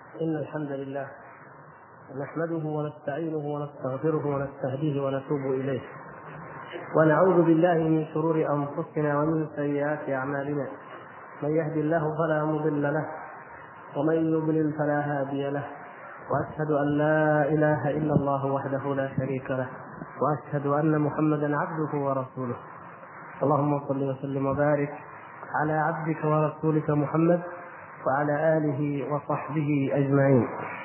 إن الحمد لله نحمده ونستعينه ونستغفره ونستهديه ونتوب إليه، ونعوذ بالله من شرور أنفسنا ومن سيئات أعمالنا. من يهد الله فلا مضل له، ومن يضلل فلا هادي له، وأشهد أن لا إله إلا الله وحده لا شريك له، وأشهد أن محمدا عبده ورسوله. اللهم صل وسلم وبارك على عبدك ورسولك محمد وعلى آله وصحبه أجمعين.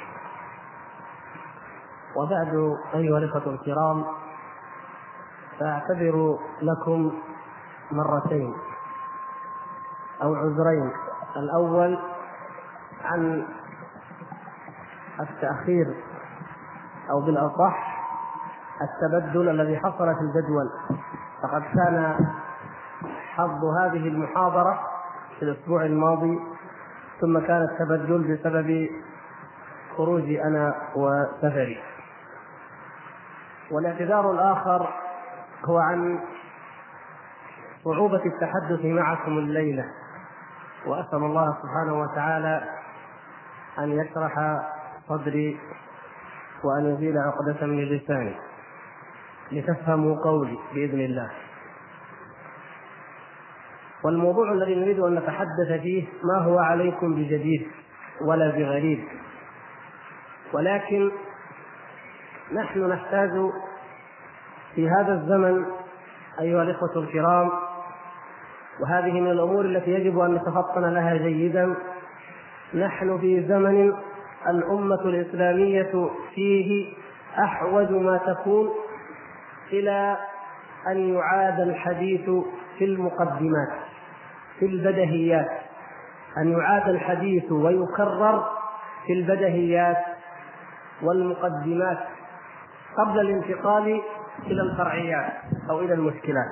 وبعد، أيها الإخوة الكرام، فأعتذر لكم مرتين أو عذرين. الأول عن التأخير، أو بالأصح التبدل الذي حصل في الجدول. فقد كان حظ هذه المحاضرة في الأسبوع الماضي، ثم كان التبدل بسبب خروجي أنا وسفري. والاعتذار الآخر هو عن صعوبة التحدث معكم الليلة، وأسأل الله سبحانه وتعالى أن يشرح صدري وأن يزيل عقدة من لساني لتفهموا قولي بإذن الله. والموضوع الذي نريد أن نتحدث فيه ما هو عليكم بجديد ولا بغريب، ولكن نحن نحتاج في هذا الزمن أيها الإخوة الكرام، وهذه من الأمور التي يجب أن نتفطن لها جيدا. نحن في زمن الأمة الإسلامية فيه أحوج ما تكون إلى أن يعاد الحديث في المقدمات، في البدهيات، أن يعاد الحديث ويكرر في البدهيات والمقدمات قبل الانتقال إلى الفرعيات أو إلى المشكلات.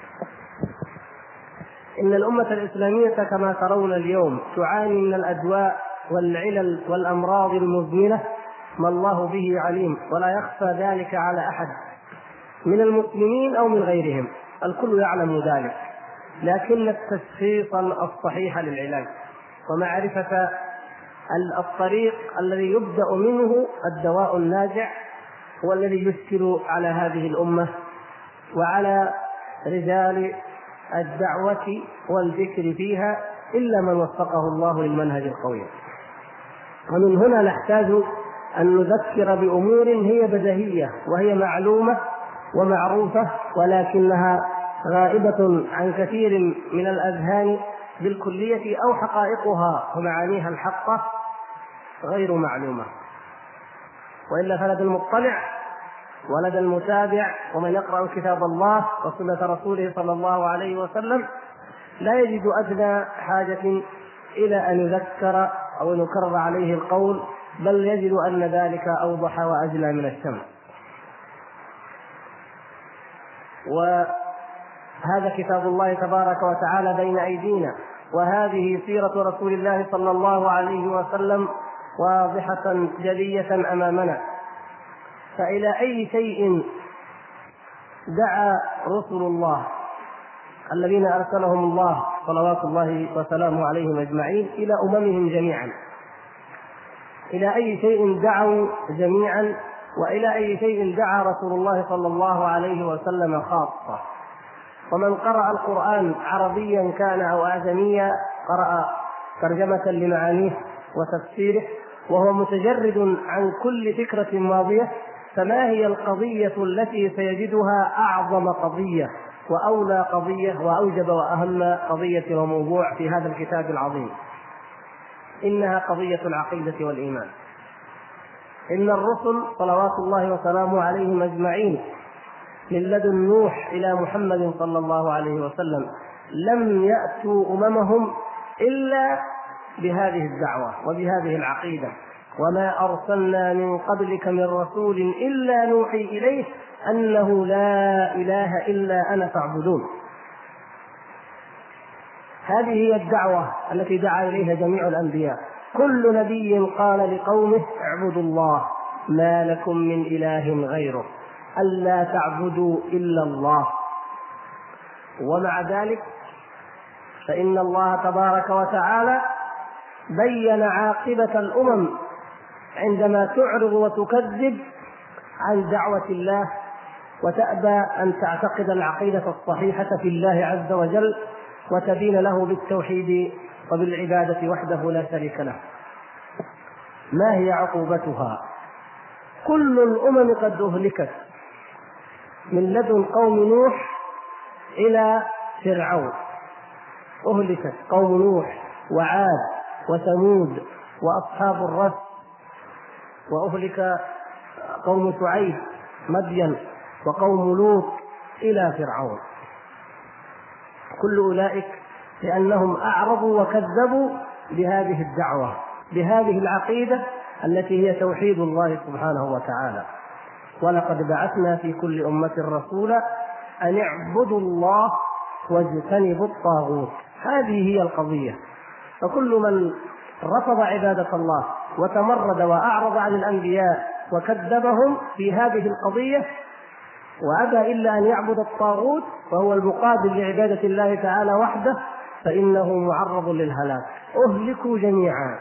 إن الأمة الإسلامية كما ترون اليوم تعاني من الأدواء والعلل والأمراض المزمنة ما الله به عليم، ولا يخفى ذلك على أحد من المسلمين أو من غيرهم، الكل يعلم ذلك. لكن التشخيص الصحيح للعلاج ومعرفة الطريق الذي يبدأ منه الدواء الناجع هو الذي يشكل على هذه الأمة وعلى رجال الدعوة والذكر فيها، إلا من وفقه الله للمنهج القويم. ومن هنا نحتاج أن نذكر بأمور هي بديهية وهي معلومة ومعروفة، ولكنها غائبة عن كثير من الأذهان بالكلية، أو حقائقها ومعانيها الحقة غير معلومة. وإلا فلدى المطلع ولدى المتابع ومن يقرأ كتاب الله وسنة رسوله صلى الله عليه وسلم لا يجد أدنى حاجة إلى أن يذكر أو يكرر عليه القول، بل يجد أن ذلك أوضح وأجلى من الشمس. وهذا كتاب الله تبارك وتعالى بين أيدينا، وهذه سيرة رسول الله صلى الله عليه وسلم واضحة جلية أمامنا. فإلى أي شيء دعا رسل الله الذين أرسلهم الله صلوات الله وسلامه عليهم أجمعين إلى أممهم جميعا؟ إلى أي شيء دعوا جميعا، وإلى أي شيء دعا رسول الله صلى الله عليه وسلم خاصة؟ ومن قرأ القرآن عربيا كان أو أعجميا قرأ ترجمة لمعانيه وتفسيره وهو متجرد عن كل فكرة ماضية، فما هي القضية التي سيجدها أعظم قضية وأولى قضية وأوجب وأهم قضية وموضوع في هذا الكتاب العظيم؟ إنها قضية العقيدة والإيمان. إن الرسل صلوات الله وسلامه عليهم أجمعين من لدن نوح إلى محمد صلى الله عليه وسلم لم يأتوا أممهم إلا بهذه الدعوة وبهذه العقيدة: وما أرسلنا من قبلك من رسول إلا نوحي إليه أنه لا إله إلا أنا فاعبدون. هذه هي الدعوة التي دعا إليها جميع الأنبياء. كل نبي قال لقومه: اعبدوا الله ما لكم من إله غيره، ألا تعبدوا إلا الله. ومع ذلك فإن الله تبارك وتعالى بين عاقبة الأمم عندما تعرض وتكذب عن دعوة الله وتأبى أن تعتقد العقيدة الصحيحة في الله عز وجل وتدين له بالتوحيد وبالعبادة وحده لا شريك له. ما هي عقوبتها؟ كل الأمم قد أهلكت من لدن قوم نوح إلى فرعون. أهلكت قوم نوح وعاد وثمود وأصحاب الرس، وأهلك قوم شعيب مدين وقوم لوط إلى فرعون. كل أولئك لأنهم أعرضوا وكذبوا بهذه الدعوة، بهذه العقيدة التي هي توحيد الله سبحانه وتعالى. ولقد بعثنا في كل أمة رسولا أن اعبدوا الله واجتنبوا الطاغوت. هذه هي القضية. فكل من رفض عبادة الله وتمرد وأعرض عن الأنبياء وكذبهم في هذه القضية وأبى إلا أن يعبد الطاغوت وهو المقابل لعبادة الله تعالى وحده فإنه معرض للهلاك. أهلكوا جميعا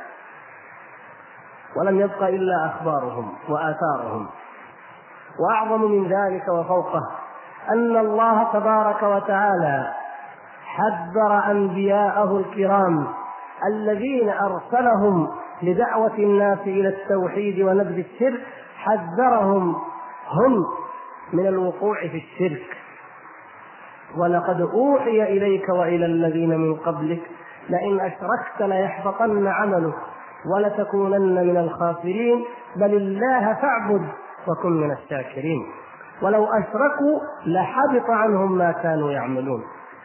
ولم يبق إلا أخبارهم وآثارهم. وأعظم من ذلك وفوقه أن الله تبارك وتعالى حذر أنبياءه الكرام الذين أرسلهم لدعوة الناس إلى التوحيد ونبذ الشرك، حذرهم هم من الوقوع في الشرك. ولقد أوحي إليك وإلى الذين من قبلك لئن أشركت ليحبطن عملك ولتكونن من الخاسرين بل الله فاعبد وكن من الشاكرين. ولو أشركوا لحبط عنهم ما كانوا يعملون.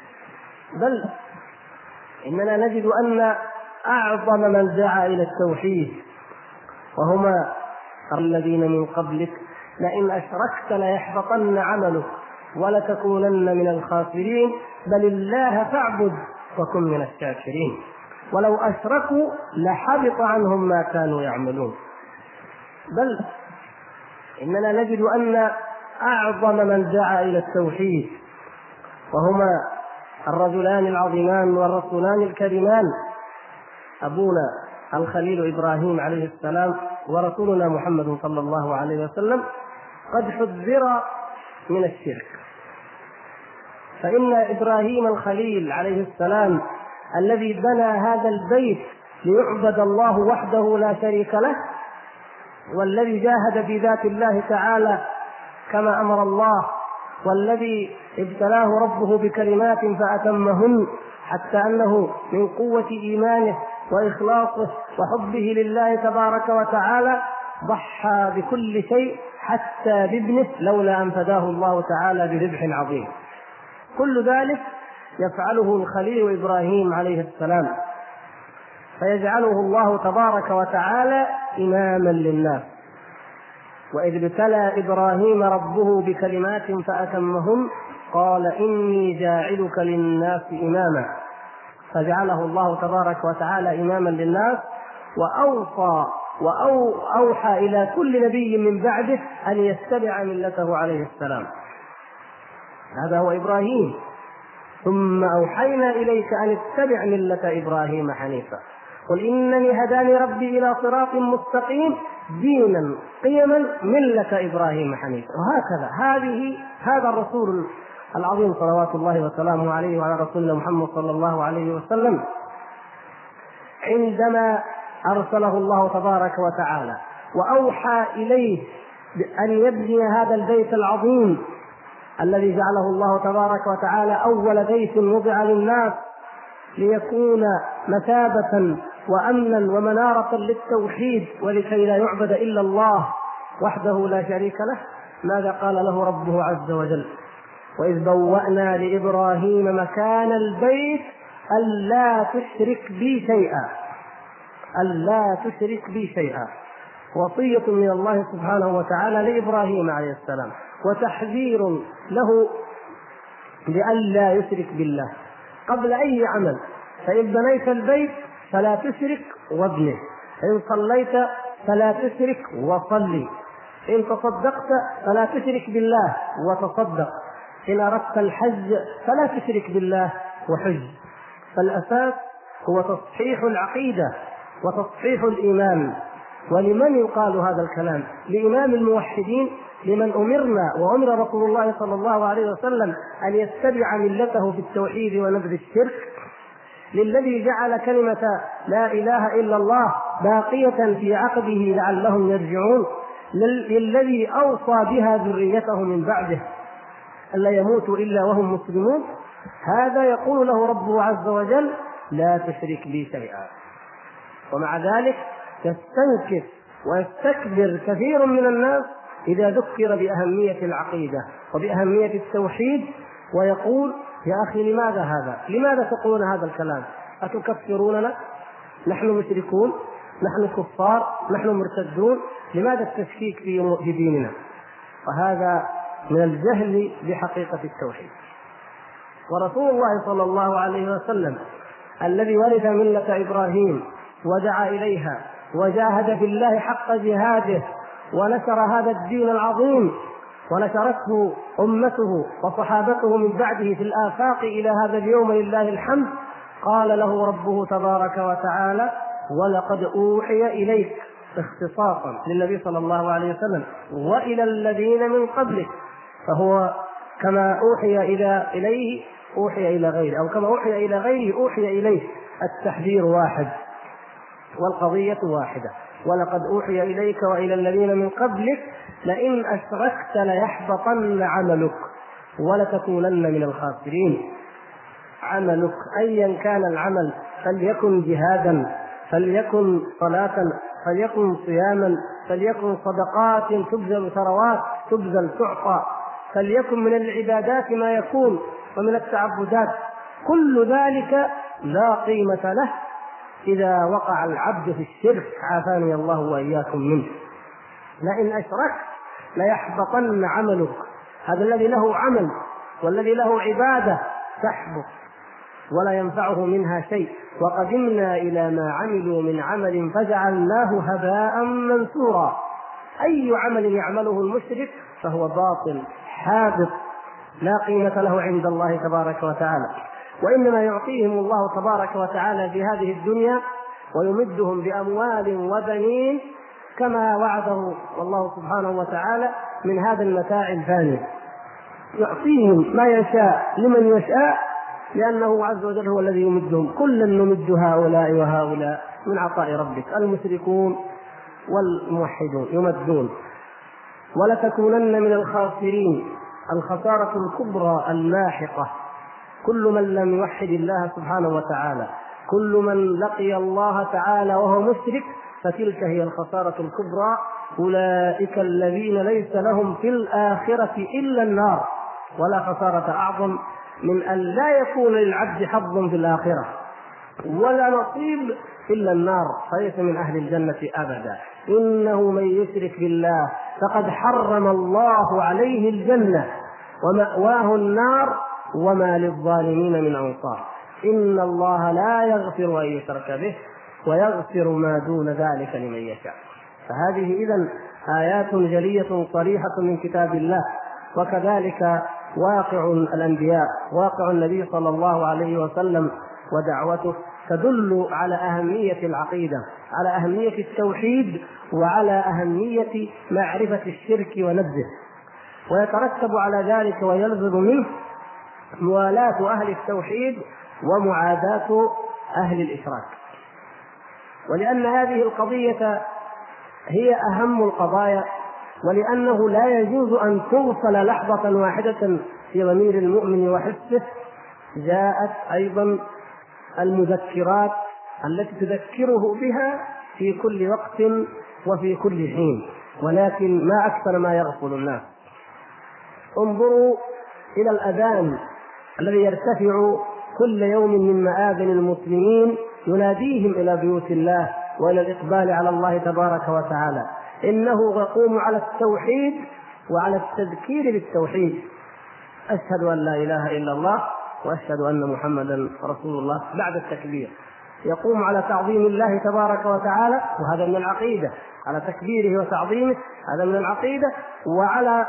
بل إننا نجد أن أعظم من دعا إلى التوحيد وهما الذين من قبلك لئن أشركت ليحبطن عملك ولتكونن من الخاسرين بل الله فاعبد وكن من الشاكرين. ولو أشركوا لحبط عنهم ما كانوا يعملون. بل إننا نجد أن أعظم من دعا إلى التوحيد وهما الرجلان العظيمان والرسولان الكريمان أبونا الخليل إبراهيم عليه السلام ورسولنا محمد صلى الله عليه وسلم قد حذر من الشرك. فإن إبراهيم الخليل عليه السلام الذي بنى هذا البيت ليعبد الله وحده لا شريك له، والذي جاهد في ذات الله تعالى كما أمر الله، والذي ابتلاه ربه بكلمات فأتمهن، حتى أنه من قوة إيمانه وإخلاصه وحبه لله تبارك وتعالى ضحى بكل شيء حتى بابنه لولا أن فداه الله تعالى بذبح عظيم. كل ذلك يفعله الخليل إبراهيم عليه السلام، فيجعله الله تبارك وتعالى إماما للناس. وإذ ابتلى إبراهيم ربه بكلمات فأتمهن قال إني جاعلك للناس إماما، فجعله الله تبارك وتعالى إماما للناس. وأوحى إلى كل نبي من بعده أن يتبع ملته عليه السلام. هذا هو إبراهيم. ثم أوحينا إليك أن اتبع ملة إبراهيم حنيفا قل إنني هداني ربي إلى صراط مستقيم دينا قيما ملة إبراهيم حنيفا. وهكذا هذا الرسول العظيم صلوات الله وسلامه عليه وعلى رسولنا محمد صلى الله عليه وسلم عندما أرسله الله تبارك وتعالى وأوحى إليه أن يبني هذا البيت العظيم الذي جعله الله تبارك وتعالى أول بيت وضع للناس ليكون مثابة وأمنا ومنارة للتوحيد ولكي لا يعبد إلا الله وحده لا شريك له. ماذا قال له ربه عز وجل؟ وإذ بوأنا لإبراهيم مكان البيت ألا تشرك بي شيئا، ألا تشرك بي شيئا، وصية من الله سبحانه وتعالى لإبراهيم عليه السلام وتحذير له لئلا يشرك بالله قبل أي عمل. فإن بنيت البيت فلا تشرك وابنه، إن صليت فلا تشرك وصلي، إن تصدقت فلا تشرك بالله وتصدق، إن أردت الحج فلا تشرك بالله وحج. فالأساس هو تصحيح العقيدة وتصحيح الإيمان ولمن يقال هذا الكلام؟ لإمام الموحدين، لمن أمرنا وأمر رسول الله صلى الله عليه وسلم أن يتبع ملته في التوحيد ونبذ الشرك، للذي جعل كلمة لا إله إلا الله باقية في عقبه لعلهم يرجعون، للذي أوصى بها ذريته من بعده ألا يموتوا إلا وهم مسلمون. هذا يقول له ربه عز وجل: لا تشرك بي شيئا. ومع ذلك يستنكف ويستكبر كثير من الناس إذا ذكر بأهمية العقيدة وبأهمية التوحيد، ويقول: يا أخي لماذا هذا؟ لماذا تقولون هذا الكلام؟ أتكفروننا؟ نحن مشركون، نحن كفار، نحن مرتدون، لماذا التشكيك في ديننا؟ وهذا من الجهل بحقيقة التوحيد. ورسول الله صلى الله عليه وسلم الذي ورث ملة إبراهيم ودعا إليها وجاهد في الله حق جهاده ونشر هذا الدين العظيم ونشرته أمته وصحابته من بعده في الآفاق إلى هذا اليوم لله الحمد، قال له ربه تبارك وتعالى: ولقد أوحي إليك، اختصاصا للنبي صلى الله عليه وسلم، وإلى الذين من قبلك. فهو كما أوحي إليه أوحي إلى غيره، أو كما أوحي إلى غيره أوحي إليه. التحذير واحد والقضية واحدة: ولقد أوحي إليك وإلى الذين من قبلك لئن أشركت ليحبطن عملك ولتكونن من الخاسرين. عملك أيا كان العمل، فليكن جهادا، فليكن صلاة، فليكن صياما، فليكن صدقات تبذل، ثروات تبذل تعطى، فليكن من العبادات ما يكون ومن التعبدات، كل ذلك لا قيمة له إذا وقع العبد في الشرك، عافاني الله وإياكم منه. لئن أشركت ليحبطن عملك. هذا الذي له عمل والذي له عبادة تحبط ولا ينفعه منها شيء. وقدمنا إلى ما عملوا من عمل فجعلناه هباء منثورا. أي عمل يعمله المشرك فهو باطل حابط لا قيمة له عند الله تبارك وتعالى. وإنما يعطيهم الله تبارك وتعالى في هذه الدنيا ويمدهم بأموال وبنين كما وعده الله سبحانه وتعالى من هذا المتاع الفاني. يعطيهم ما يشاء لمن يشاء، لأنه عز وجل هو الذي يمدهم. كلا نمد هؤلاء وهؤلاء من عطاء ربك. المشركون والموحدون يمدون. ولتكونن من الخاسرين، الخسارة الكبرى اللاحقة. كل من لم يوحد الله سبحانه وتعالى، كل من لقي الله تعالى وهو مشرك، فتلك هي الخسارة الكبرى. أولئك الذين ليس لهم في الآخرة إلا النار. ولا خسارة أعظم من أن لا يكون للعبد حظ في الآخرة ولا نصيب إلا النار، فليس من أهل الجنة أبدا. إنه من يشرك بالله فقد حرم الله عليه الجنة ومأواه النار وما للظالمين من أنصار. إن الله لا يغفر أن يشرك به ويغفر ما دون ذلك لمن يشاء. فهذه إذن آيات جلية صريحة من كتاب الله. وكذلك واقع الأنبياء، واقع النبي صلى الله عليه وسلم ودعوته تدل على أهمية العقيدة، على أهمية التوحيد، وعلى أهمية معرفة الشرك ونبذه. ويترتب على ذلك ويلزم منه موالاة أهل التوحيد ومعاداة أهل الإشراك. ولأن هذه القضية هي أهم القضايا، ولأنه لا يجوز أن تغفل لحظة واحدة في ضمير المؤمن وحسه، جاءت أيضا المذكرات التي تذكره بها في كل وقت وفي كل حين. ولكن ما أكثر ما يغفل الناس. انظروا إلى الأذان الذي يرتفع كل يوم من مآذن المسلمين يناديهم إلى بيوت الله وإلى الإقبال على الله تبارك وتعالى. إنه يقوم على التوحيد وعلى التذكير بالتوحيد. أشهد أن لا إله إلا الله وأشهد أن محمدا رسول الله. بعد التكبير يقوم على تعظيم الله تبارك وتعالى، وهذا من العقيدة، على تكبيره وتعظيمه، هذا من العقيدة، وعلى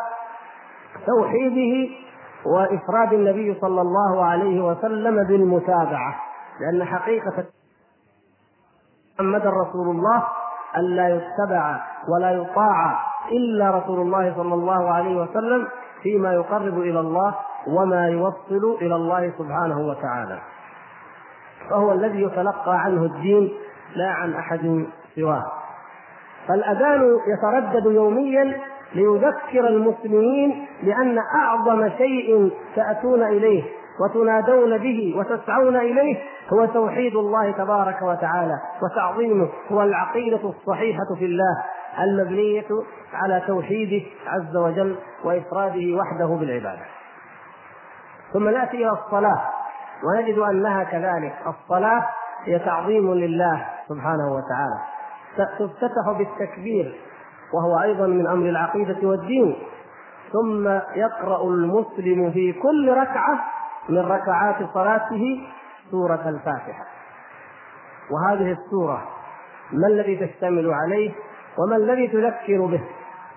توحيده وإفراد النبي صلى الله عليه وسلم بالمتابعة. لأن حقيقة محمد رسول الله ألا يتبع ولا يطاع إلا رسول الله صلى الله عليه وسلم فيما يقرب إلى الله وما يوصل إلى الله سبحانه وتعالى، فهو الذي يتلقى عنه الدين لا عن أحد سواه. فالأذان يتردد يوميا ليذكر المسلمين بأن أعظم شيء تأتون إليه وتنادون به وتسعون إليه هو توحيد الله تبارك وتعالى وتعظيمه، هو العقيدة الصحيحة في الله المبنية على توحيده عز وجل وإفراده وحده بالعبادة. ثم نأتي إلى الصلاة ونجد أنها كذلك. الصلاة هي تعظيم لله سبحانه وتعالى، تفتتح بالتكبير وهو أيضا من أمر العقيدة والدين، ثم يقرأ المسلم في كل ركعة من ركعات صلاته سورة الفاتحة. وهذه السورة ما الذي تشتمل عليه وما الذي تذكر به؟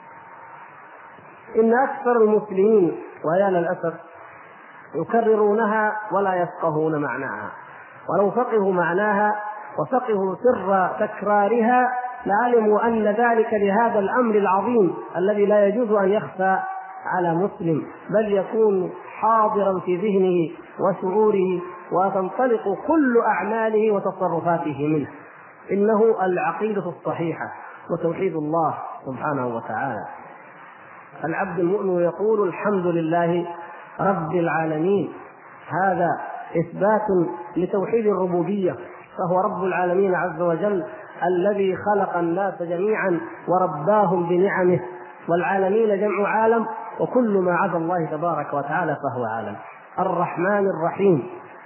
إن أكثر المسلمين ويا للأسف يكررونها ولا يفقهون معناها، ولو فقهوا معناها وفقهوا سر تكرارها لعلموا أن ذلك لهذا الأمر العظيم الذي لا يجوز أن يخفى على مسلم، بل يكون حاضرا في ذهنه وشعوره وتنطلق كل أعماله وتصرفاته منه. إنه العقيدة الصحيحة وتوحيد الله سبحانه وتعالى. العبد المؤمن يقول الحمد لله رب العالمين، هذا إثبات لتوحيد الربوبية، فهو رب العالمين عز وجل الذي خلق الناس جميعا ورباهم بنعمه، والعالمين جمع عالم، وكل ما عدا الله تبارك وتعالى فهو عالم. الرحمن الرحيم،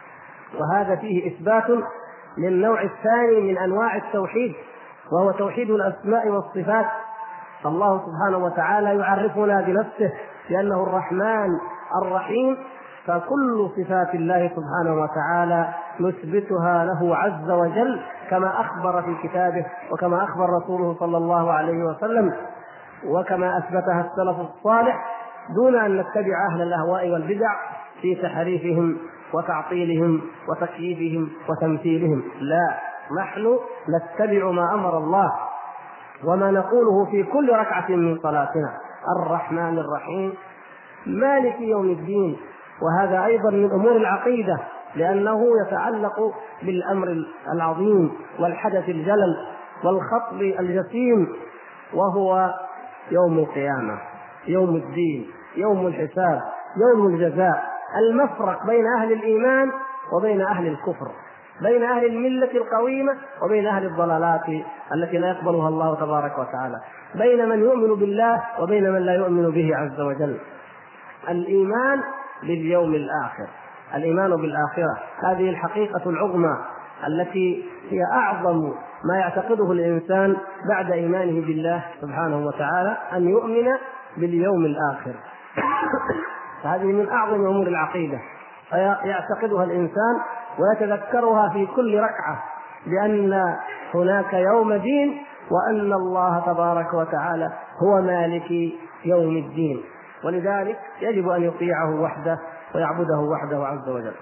وهذا فيه إثبات للنوع الثاني من أنواع التوحيد، وهو توحيد الأسماء والصفات. الله سبحانه وتعالى يعرفنا بنفسه لأنه الرحمن الرحيم، فكل صفات الله سبحانه وتعالى نثبتها له عز وجل كما أخبر في كتابه وكما أخبر رسوله صلى الله عليه وسلم وكما أثبتها السلف الصالح، دون أن نتبع أهل الأهواء والبدع في تحريفهم وتعطيلهم وتكييفهم وتمثيلهم. لا، نحن نتبع ما أمر الله وما نقوله في كل ركعة من صلاتنا. الرحمن الرحيم مالك يوم الدين، وهذا أيضا من أمور العقيدة لأنه يتعلق بالأمر العظيم والحدث الجلل والخطب الجسيم، وهو يوم القيامة، يوم الدين، يوم الحساب، يوم الجزاء، المفرق بين أهل الإيمان وبين أهل الكفر، بين أهل الملة القويمة وبين أهل الضلالات التي لا يقبلها الله تبارك وتعالى، بين من يؤمن بالله وبين من لا يؤمن به عز وجل. الإيمان باليوم الآخر، الإيمان بالآخرة، هذه الحقيقة العظمى التي هي أعظم ما يعتقده الإنسان بعد إيمانه بالله سبحانه وتعالى، أن يؤمن باليوم الآخر. هذه من أعظم أمور العقيدة، فيعتقدها الإنسان ويتذكرها في كل ركعة بأن هناك يوم دين، وأن الله تبارك وتعالى هو مالك يوم الدين، ولذلك يجب أن يطيعه وحده ويعبده وحده عز وجل.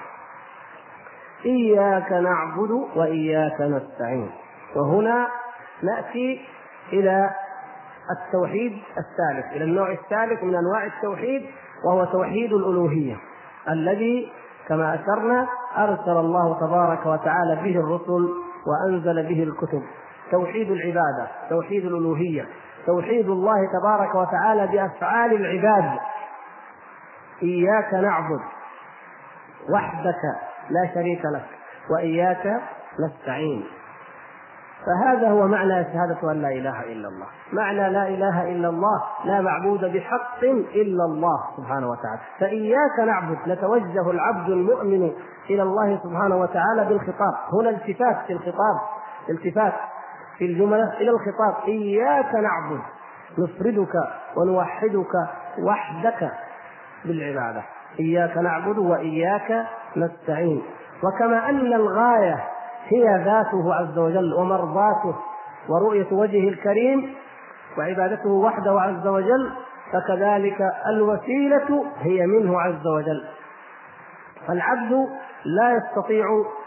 إياك نعبد وإياك نستعين. وهنا نأتي إلى التوحيد الثالث، إلى النوع الثالث من أنواع التوحيد، وهو توحيد الألوهية الذي كما أشرنا أرسل الله تبارك وتعالى به الرسل وأنزل به الكتب. توحيد العبادة، توحيد الألوهية، توحيد الله تبارك وتعالى بأفعال العباد. إياك نعبد وحدك لا شريك لك، وإياك نستعين. فهذا هو معنى شهادة أن لا إله إلا الله. معنى لا إله إلا الله لا معبود بحق إلا الله سبحانه وتعالى. فإياك نعبد، نتوجه العبد المؤمن إلى الله سبحانه وتعالى بالخطاب. هنا التفات في الخطاب، التفات في الجملة إلى الخطاب. إياك نعبد، نفردك ونوحدك وحدك بالعبادة. إياك نعبد وإياك نستعين. وكما أن الغاية هي ذاته عز وجل ومرضاته ورؤية وجهه الكريم وعبادته وحده عز وجل، فكذلك الوسيلة هي منه عز وجل. فالعبد لا يستطيع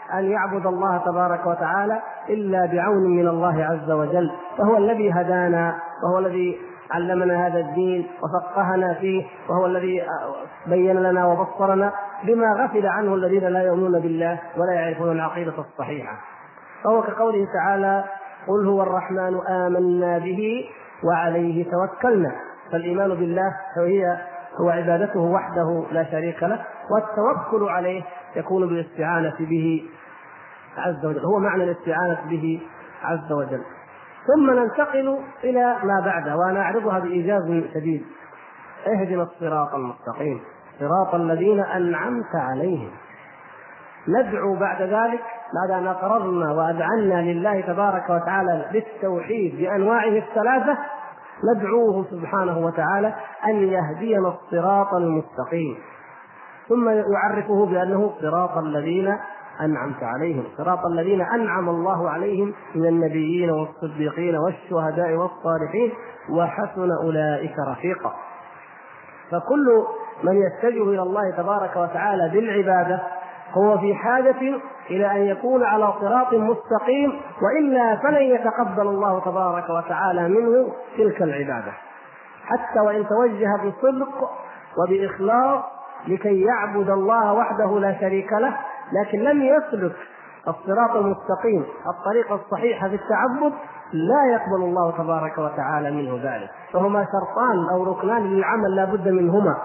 أن يعبد الله تبارك وتعالى إلا بعون من الله عز وجل، فهو الذي هدانا، وهو الذي علمنا هذا الدين وفقهنا فيه، وهو الذي بين لنا وبصرنا بما غفل عنه الذين لا يؤمنون بالله ولا يعرفون العقيدة الصحيحة. فهو كقوله تعالى: قل هو الرحمن آمنا به وعليه توكلنا. فالإيمان بالله هو عبادته وحده لا شريك له، والتوكل عليه يكون بالاستعانة به عز وجل، هو معنى الاستعانة به عز وجل. ثم ننتقل إلى ما بعده، وأنا أعرضها بإيجاز شديد: اهدنا الصراط المستقيم صراط الذين أنعمت عليهم. ندعو بعد ذلك، بعد أن أقررنا وأذعنا لله تبارك وتعالى بالتوحيد بأنواعه الثلاثة، ندعوه سبحانه وتعالى أن يهدينا الصراط المستقيم، ثم يعرفه بأنه صراط الذين أنعمت عليهم، صراط الذين أنعم الله عليهم من النبيين والصديقين والشهداء والصالحين وحسن أولئك رفيقا. فكل من يتجه إلى الله تبارك وتعالى بالعبادة هو في حاجة إلى أن يكون على صراط مستقيم، وإلا فلن يتقبل الله تبارك وتعالى منه تلك العبادة، حتى وإن توجه بصدق وبإخلاص لكي يعبد الله وحده لا شريك له، لكن لم يسلك الصراط المستقيم الطريقة الصحيحة في التعبد، لا يقبل الله تبارك وتعالى منه ذلك. فهما شرطان أو ركنان للعمل لا بد منهما: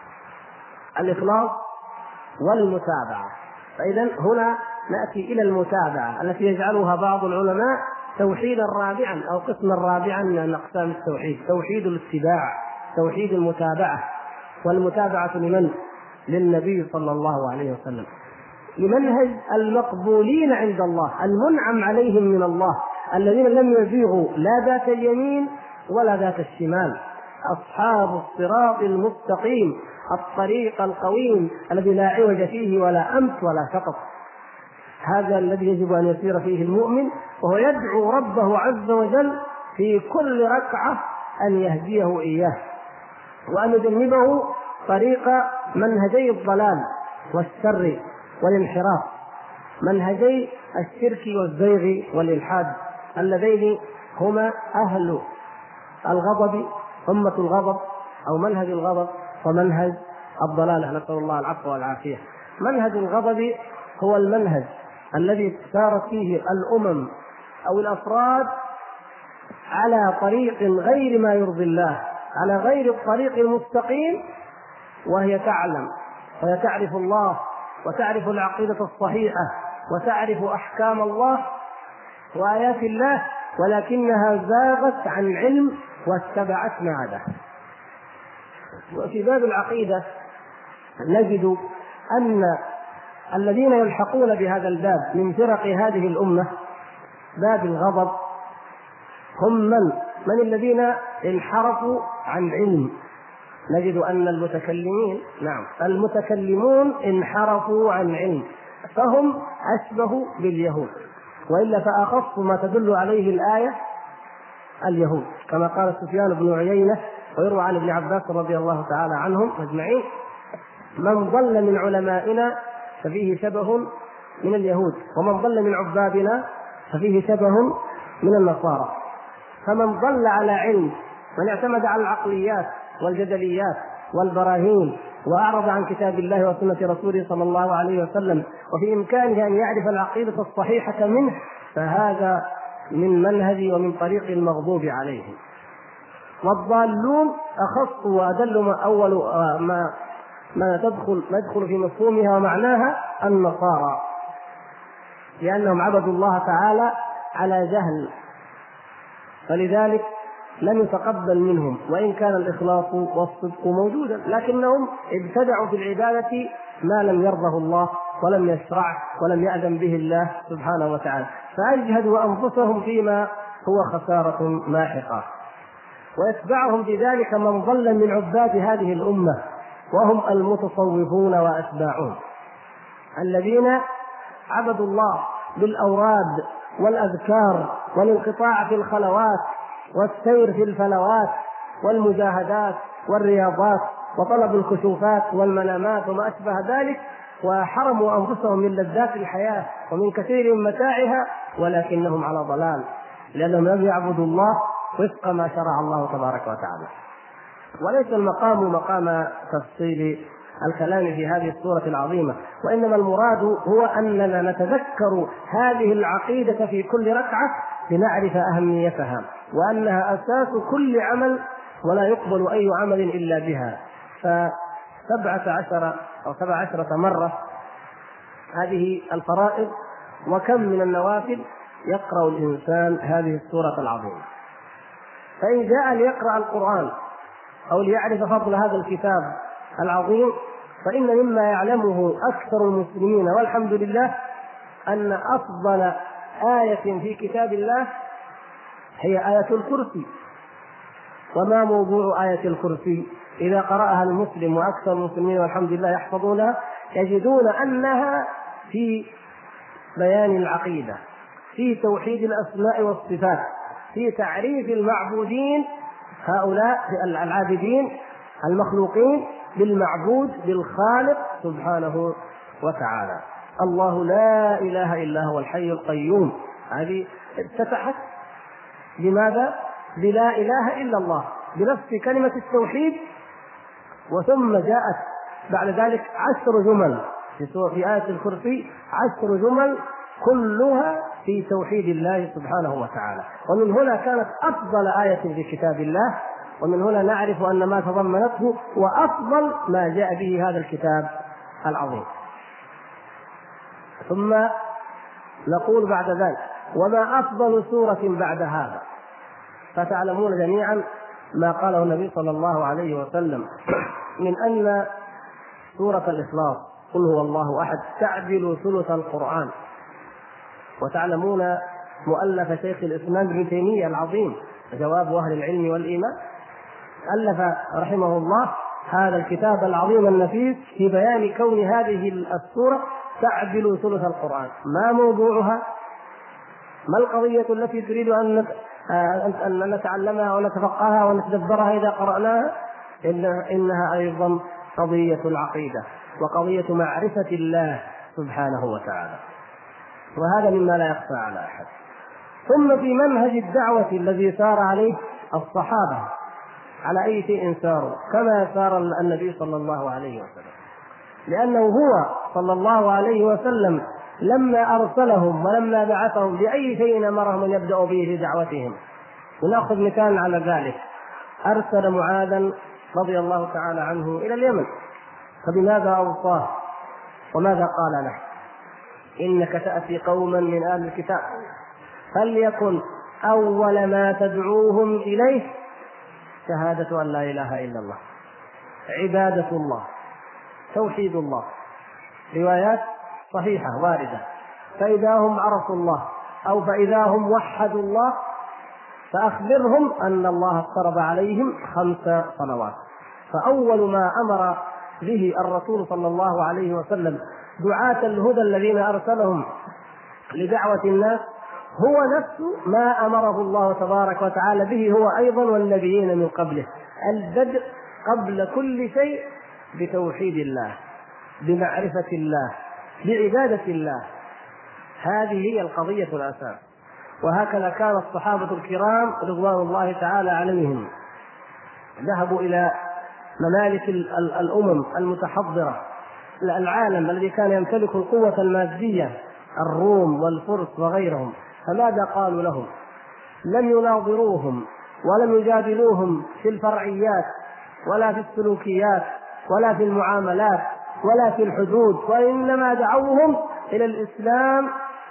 الإخلاص والمتابعة. فإذا هنا نأتي إلى المتابعة التي يجعلها بعض العلماء توحيدا رابعا أو قسما رابعا من أقسام التوحيد: توحيد الاتباع، توحيد المتابعة. والمتابعة لمن؟ للنبي صلى الله عليه وسلم، لمنهج المقبولين عند الله المنعم عليهم من الله، الذين لم يزيغوا لا ذات اليمين ولا ذات الشمال، أصحاب الصراط المستقيم، الطريق القويم الذي لا عوج فيه ولا أمت ولا شطط. هذا الذي يجب أن يسير فيه المؤمن، وهو يدعو ربه عز وجل في كل ركعة أن يهديه إياه، وأن يجنبه طريق منهجي الضلال والشر والانحراف، منهجي الشرك والزيغ والإلحاد، اللذين هما أهل الغضب، أمة الغضب أو منهج الغضب، ومنهج الضلال، نسأل الله العفو والعافية. منهج الغضب هو المنهج الذي سارت فيه الأمم أو الأفراد على طريق غير ما يرضي الله، على غير الطريق المستقيم، وهي تعلم وهي تعرف الله وتعرف العقيدة الصحيحة وتعرف أحكام الله وآيات الله، ولكنها زاغت عن علم واتبعت ما عداه. وفي باب العقيدة نجد أن الذين يلحقون بهذا الباب من فرق هذه الأمة باب الغضب هم من الذين انحرفوا عن علم. نجد أن المتكلمون انحرفوا عن علم، فهم أشبه باليهود، وإلا فأخص ما تدل عليه الآية اليهود، كما قال سفيان بن عيينة ويروى عن ابن عباس رضي الله تعالى عنهم أجمعين: من ضل من علمائنا ففيه شبه من اليهود، ومن ضل من عبادنا ففيه شبه من النصارى. فمن ضل على علم، من اعتمد على العقليات والجدليات والبراهين وأعرض عن كتاب الله وسنة رسوله صلى الله عليه وسلم، وفي إمكانه أن يعرف العقيدة الصحيحة منه، فهذا من منهج ومن طريق المغضوب عليهم. والضالون أخص وأدل ما يدخل في مفهومها ومعناها النصارى، لأنهم عبدوا الله تعالى على جهل، فلذلك لم يتقبل منهم وإن كان الإخلاص والصدق موجودا، لكنهم ابتدعوا في العبادة ما لم يرضه الله ولم يشرعه ولم يأذن به الله سبحانه وتعالى، فأجهدوا أنفسهم فيما هو خسارة ماحقة. ويتبعهم بذلك من ضل من عباد هذه الأمة، وهم المتصوفون وأتباعهم، الذين عبدوا الله بالأوراد والأذكار والانقطاع في الخلوات والسير في الفلوات والمجاهدات والرياضات وطلب الكشوفات والمنامات وما أشبه ذلك، وحرموا أنفسهم من لذات الحياة ومن كثير من متاعها، ولكنهم على ضلال، لأنهم لم يعبدوا الله وفق ما شرع الله تبارك وتعالى. وليس المقام مقام تفصيل الكلام في هذه السورة العظيمة، وإنما المراد هو أننا نتذكر هذه العقيدة في كل ركعة لنعرف أهميتها، وأنها أساس كل عمل ولا يقبل أي عمل إلا بها. ف17 مرة هذه الفرائض، وكم من النوافل يقرأ الإنسان هذه السورة العظيمة. فإن جاء ليقرأ القرآن أو ليعرف فضل هذا الكتاب العظيم، فإن مما يعلمه أكثر المسلمين والحمد لله أن أفضل آية في كتاب الله هي آية الكرسي. وما موضوع آية الكرسي؟ إذا قرأها المسلم وأكثر المسلمين والحمد لله يحفظونها، يجدون أنها في بيان العقيدة، في توحيد الأسماء والصفات، في تعريف المعبودين هؤلاء العابدين المخلوقين بالمعبود بالخالق سبحانه وتعالى. الله لا إله إلا هو الحي القيوم. هذه افتتحت لماذا؟ بلا إله إلا الله، بنفس كلمة التوحيد، وثم جاءت بعد ذلك 10 جمل في آية الكرسي، 10 جمل كلها في توحيد الله سبحانه وتعالى. ومن هنا كانت أفضل آية في كتاب الله، ومن هنا نعرف أن ما تضمنته وأفضل ما جاء به هذا الكتاب العظيم. ثم نقول بعد ذلك: وما أفضل سورة بعد هذا؟ فتعلمون جميعا ما قاله النبي صلى الله عليه وسلم من أن سورة الإخلاص قل هو الله أحد تعدل ثلث القرآن. وتعلمون مؤلف شيخ الإسلام ابن تيمية العظيم جواب أهل العلم والإيمان، ألف رحمه الله هذا الكتاب العظيم النفيس في بيان كون هذه السورة تعدل ثلث القرآن. ما موضوعها؟ ما القضية التي تريد أن نتعلمها ونتفقهها ونتدبرها إذا قرأناها؟ إنها أيضا قضية العقيدة وقضية معرفة الله سبحانه وتعالى، وهذا مما لا يخفى على أحد. ثم في منهج الدعوة الذي سار عليه الصحابة، على أي شيء ساروا كما سار النبي صلى الله عليه وسلم، لأنه هو صلى الله عليه وسلم لما أرسلهم ولما بعثهم بأي شيء أمرهم أن يبدأوا به في دعوتهم. ونأخذ مثال على ذلك: أرسل معاذا رضي الله تعالى عنه إلى اليمن، فبماذا أوصاه وماذا قال له؟ إنك تأتي قوما من أهل الكتاب فليكن أول ما تدعوهم إليه شهادة أن لا إله إلا الله، عبادة الله، توحيد الله. روايات صحيحة واردة. فإذا هم عرفوا الله أو فإذا هم وحدوا الله فأخبرهم أن الله افترض عليهم 5 صلوات. فأول ما أمر به الرسول صلى الله عليه وسلم دعاة الهدى الذين أرسلهم لدعوة الناس هو نفس ما أمره الله تبارك وتعالى به هو أيضا والنبيين من قبله: البدء قبل كل شيء بتوحيد الله، بمعرفة الله، بعبادة الله. هذه هي القضية الأساس. وهكذا كان الصحابة الكرام رضوان الله تعالى عليهم ذهبوا إلى ممالك الأمم المتحضرة، العالم الذي كان يمتلك القوة المادية، الروم والفرس وغيرهم، فماذا قالوا لهم؟ لم يناظروهم ولم يجادلوهم في الفرعيات ولا في السلوكيات ولا في المعاملات ولا في الحدود، وإنما دعوهم إلى الإسلام،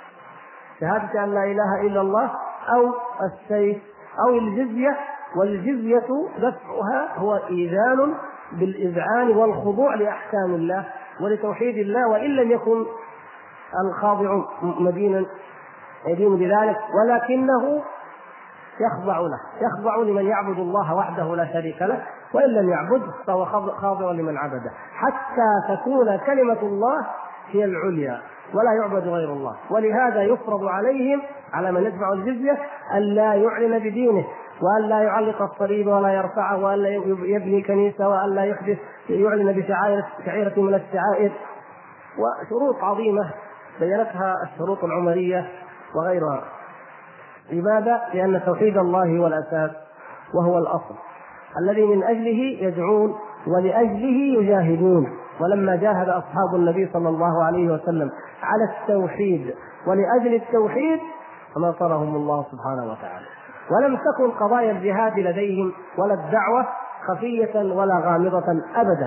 شهادة أن لا إله إلا الله، أو السيف أو الجزية. والجزية دفعها هو إيذان بالإذعان والخضوع لأحكام الله ولتوحيد الله، وإن لم يكن الخاضع مدينا يدين بذلك، ولكنه يخضع له، يخضع لمن يعبد الله وحده لا شريك له، وإن لم يعبده فهو خاضع لمن عبده، حتى تكون كلمة الله هي العليا ولا يعبد غير الله. ولهذا يفرض عليهم على من يدفع الجزية أن لا يعلن بدينه، وأن لا يعلق الصليب ولا يرفعه، وأن لا يبني كنيسة، وأن لا يعلن بشعيرة من الشعائر، وشروط عظيمة بينتها الشروط العمرية وغيرها. لماذا؟ لأن توحيد الله هو الأساس وهو الأصل الذي من أجله يدعون ولأجله يجاهدون. ولما جاهد أصحاب النبي صلى الله عليه وسلم على التوحيد ولأجل التوحيد نصرهم الله سبحانه وتعالى. ولم تكن قضايا الجهاد لديهم ولا الدعوة خفية ولا غامضة أبدا.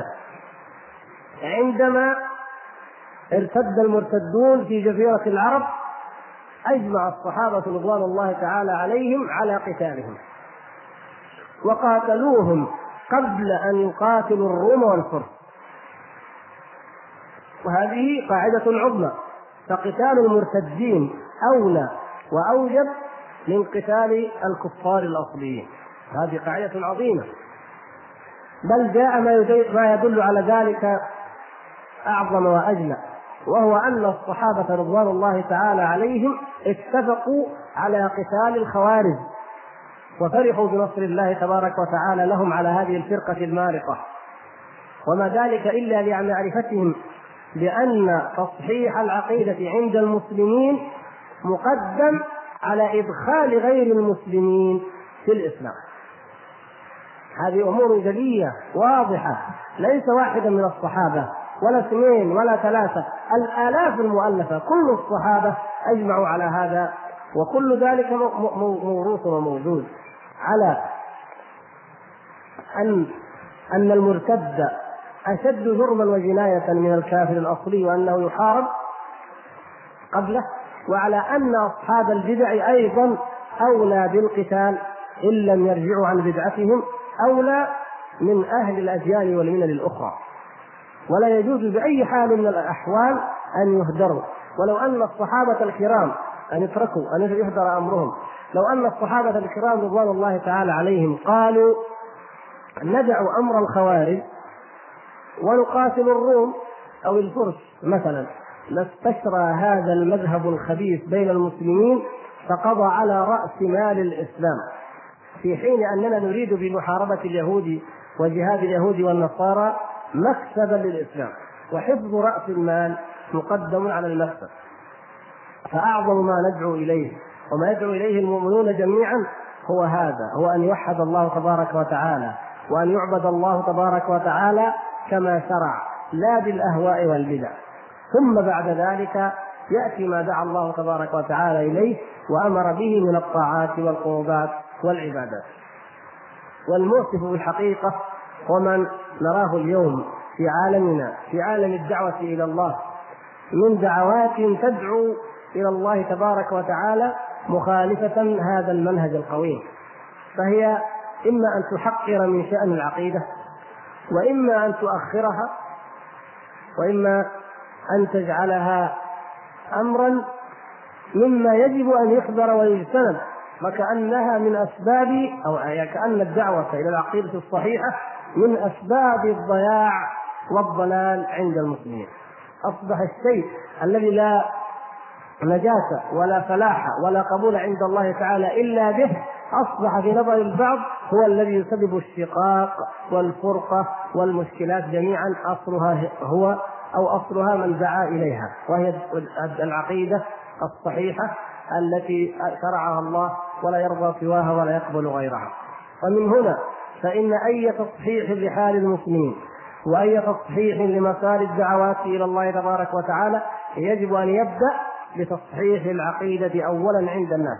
عندما ارتد المرتدون في جزيرة العرب أجمع الصحابة رضوان الله تعالى عليهم على قتالهم، وقاتلوهم قبل أن يقاتلوا الروم والفرس، وهذه قاعدة عظمى. فقتال المرتدين أولى وأوجب من قتال الكفار الأصليين، هذه قاعدة عظيمة. بل جاء ما يدل على ذلك أعظم وأجل، وهو أن الصحابة رضوان الله تعالى عليهم اتفقوا على قتال الخوارج، وفرحوا بنصر الله تبارك وتعالى لهم على هذه الفرقة المارقة. وما ذلك إلا لمعرفتهم بأن تصحيح العقيدة عند المسلمين مقدم على إدخال غير المسلمين في الإسلام. هذه أمور جلية واضحة، ليس واحدا من الصحابة ولا اثنين ولا ثلاثة، الآلاف المؤلفة، كل الصحابة أجمعوا على هذا، وكل ذلك موروث وموجود على أن المرتد أشد جرما وجناية من الكافر الأصلي وأنه يحارب قبله، وعلى أن أصحاب البدع أيضا أولى بالقتال إن لم يرجعوا عن بدعتهم، أولى من أهل الأديان والملل الأخرى، ولا يجوز بأي حال من الأحوال أن يهدروا. ولو أن الصحابة الكرام أن يتركوا أن يهدر أمرهم، لو أن الصحابة الكرام رضوان الله تعالى عليهم قالوا ندع أمر الخوارج ونقاتل الروم أو الفرس مثلا، لاستشرى هذا المذهب الخبيث بين المسلمين فقضى على رأس مال الإسلام، في حين أننا نريد بمحاربة اليهود وجهاد اليهود والنصارى مكسبا للإسلام، وحفظ رأس المال مقدم على المكسب. فأعظم ما ندعو إليه وما يدعو إليه المؤمنون جميعا هو هذا، هو أن يوحد الله تبارك وتعالى، وأن يعبد الله تبارك وتعالى كما شرع، لا بالأهواء والبدع. ثم بعد ذلك يأتي ما دعا الله تبارك وتعالى إليه وأمر به من الطاعات والقربات والعبادات. والمؤسف بالحقيقة ومن نراه اليوم في عالمنا، في عالم الدعوة إلى الله، من دعوات تدعو إلى الله تبارك وتعالى مخالفة هذا المنهج القويم، فهي إما أن تحقر من شأن العقيدة، وإما أن تؤخرها، وإما أن تجعلها أمرا مما يجب أن يحذر ويجتنب، وكأنها من أسباب أو كأن الدعوة إلى العقيدة الصحيحة من أسباب الضياع والضلال عند المسلمين. أصبح الشيء الذي لا نجاة ولا فلاح ولا قبول عند الله تعالى إلا به، أصبح في نظر البعض هو الذي يسبب الشقاق والفرقة والمشكلات جميعا، أصلها هو أو أصلها من دعا إليها، وهي العقيدة الصحيحة التي شرعها الله ولا يرضى سواها ولا يقبل غيرها. ومن هنا فإن أي تصحيح لحال المسلمين وأي تصحيح لمسار الدعوات إلى الله تبارك وتعالى يجب أن يبدأ بتصحيح العقيدة أولا عند الناس.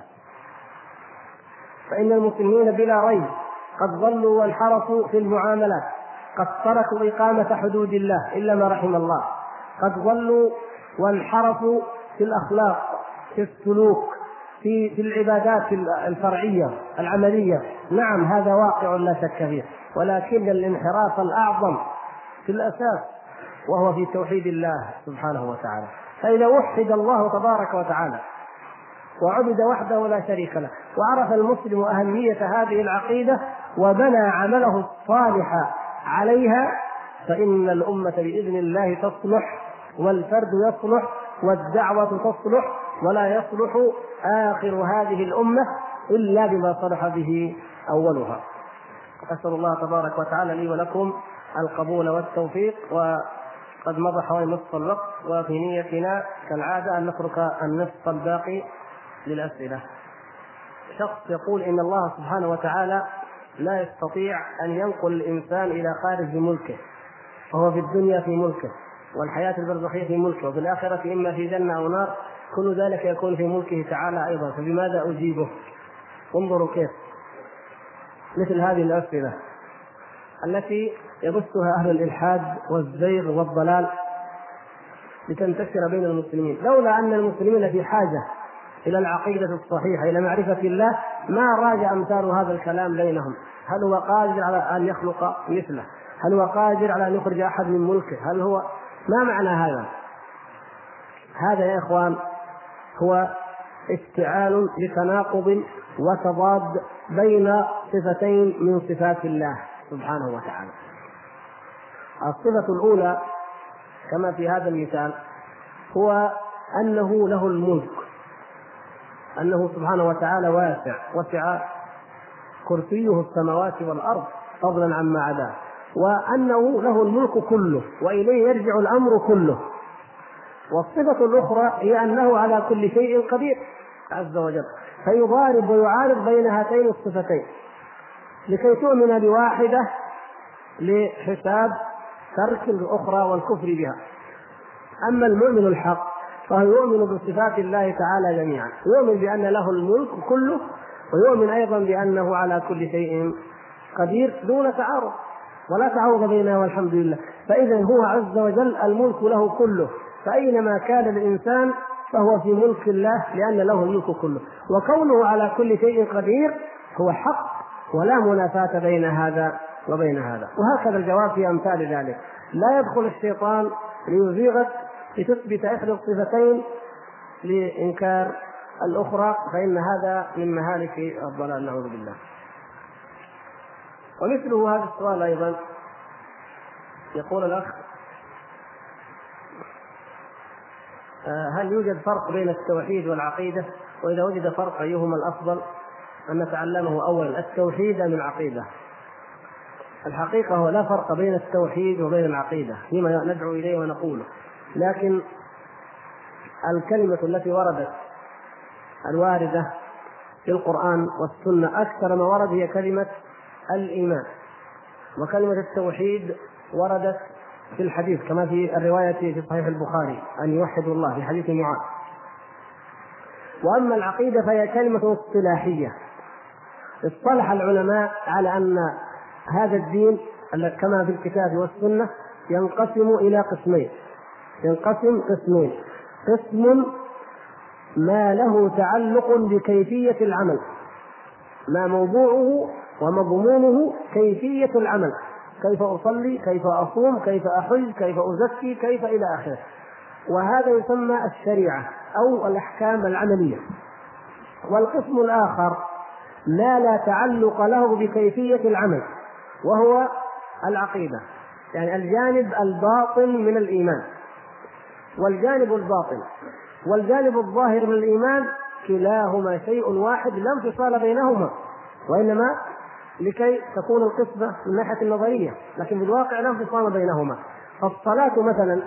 فإن المسلمين بلا ريب قد ضلوا وانحرفوا في المعاملات، قد تركوا إقامة حدود الله إلا ما رحم الله، قد ضلوا وانحرفوا في الأخلاق، في السلوك، في العبادات الفرعية العملية. نعم هذا واقع لا شك فيه، ولكن الانحراف الأعظم في الأساس وهو في توحيد الله سبحانه وتعالى. فإذا وحد الله تبارك وتعالى وعبد وحده لا شريك له، وعرف المسلم أهمية هذه العقيدة وبنى عمله الصالح عليها، فإن الأمة بإذن الله تصلح، والفرد يصلح، والدعوة تصلح، ولا يصلح آخر هذه الأمة إلا بما صلح به أولها. أسأل الله تبارك وتعالى لي ولكم القبول والتوفيق، قد مضى حوالي نصف الوقت، وفي نيتنا كالعادة أن نترك النصف الباقي للأسئلة. شخص يقول إن الله سبحانه وتعالى لا يستطيع أن ينقل الإنسان إلى خارج ملكه، فهو في الدنيا في ملكه، والحياة البرزخية في ملكه، وفي الآخرة إما في جنة أو نار، كل ذلك يكون في ملكه تعالى أيضا، فبماذا أجيبه؟ انظروا كيف مثل هذه الأسئلة التي يبثها أهل الإلحاد والزيغ والضلال لتنتشر بين المسلمين. لولا أن المسلمين في حاجة إلى العقيدة الصحيحة، إلى معرفة الله، ما راج أمثال هذا الكلام بينهم. هل هو قادر على أن يخلق مثله؟ هل هو قادر على أن يخرج أحد من ملكه؟ هل هو ما معنى هذا؟ هذا يا إخوان هو استعان لتناقض وتضاد بين صفتين من صفات الله سبحانه وتعالى. الصفة الأولى كما في هذا المثال هو أنه له الملك، أنه سبحانه وتعالى وسع كرسيه السماوات والأرض فضلا عما عداه، وأنه له الملك كله وإليه يرجع الأمر كله. والصفة الأخرى هي أنه على كل شيء قدير عز وجل، فيضارب ويعارض بين هاتين الصفتين لكي تؤمن بواحدة لحساب ترك الأخرى والكفر بها. أما المؤمن الحق فهو يؤمن بصفات الله تعالى جميعا، يؤمن بأن له الملك كله، ويؤمن أيضا بأنه على كل شيء قدير دون تعارض، ولا تعارض بينه والحمد لله. فإذا هو عز وجل الملك له كله، فأينما كان الإنسان فهو في ملك الله لأن له الملك كله، وكونه على كل شيء قدير هو حق ولا منافاة بين هذا وبين هذا. وهكذا الجواب في أمثال ذلك. لا يدخل الشيطان ليزيغك لتثبت إحدى الصفتين لإنكار الأخرى، فإن هذا من مهالك الضلال نعوذ بالله. ومثله هذا السؤال أيضا يقول الأخ: هل يوجد فرق بين التوحيد والعقيدة؟ وإذا وجد فرق أيهما الأفضل أن نتعلمه أولا، التوحيد أم العقيدة؟ الحقيقة هو لا فرق بين التوحيد وبين العقيدة فيما ندعو إليه ونقوله، لكن الكلمة التي وردت الواردة في القرآن والسنة أكثر ما ورد هي كلمة الإيمان، وكلمة التوحيد وردت في الحديث كما في الرواية في صحيح البخاري أن يوحدوا الله في حديث معاذ. وأما العقيدة فهي كلمة اصطلاحية، اصطلح العلماء على أن هذا الدين كما في الكتاب والسنة ينقسم إلى قسمين، قسم ما له تعلق بكيفية العمل، ما موضوعه ومضمونه كيفية العمل، كيف أصلي، كيف أصوم، كيف أحج، كيف أزكي، كيف إلى آخره، وهذا يسمى الشريعة أو الأحكام العملية. والقسم الآخر ما لا تعلق له بكيفية العمل، وهو العقيدة، يعني الجانب الباطن من الإيمان. والجانب الباطن والجانب الظاهر من الإيمان كلاهما شيء واحد لا انفصال بينهما، وإنما لكي تكون القسمة من ناحية النظرية، لكن بالواقع لا انفصال بينهما. الصلاة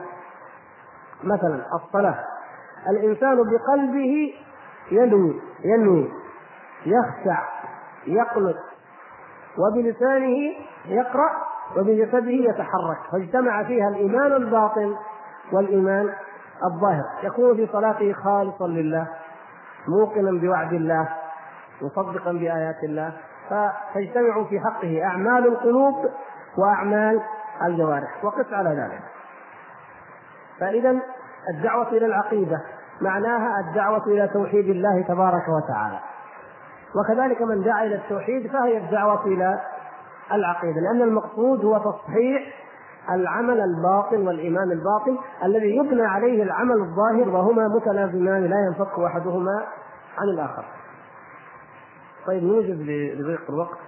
مثلا الصلاة الإنسان بقلبه ينوي يخشع يقنط، وبلسانه يقرأ، وبجسده يتحرك، فاجتمع فيها الإيمان الباطن والإيمان الظاهر. يكون في صلاته خالصا لله، موقنا بوعد الله، مصدقا بآيات الله، فتجتمع في حقه أعمال القلوب وأعمال الجوارح، وقس على ذلك. فإذا الدعوة إلى العقيدة معناها الدعوة إلى توحيد الله تبارك وتعالى، وكذلك من دعا إلى التوحيد فهي الدعوة إلى العقيدة، لأن المقصود هو تصحيح العمل الباطن والإيمان الباطن الذي يبنى عليه العمل الظاهر، وهما متلازمان لا ينفك أحدهما عن الآخر. طيب نوجد لضيق الوقت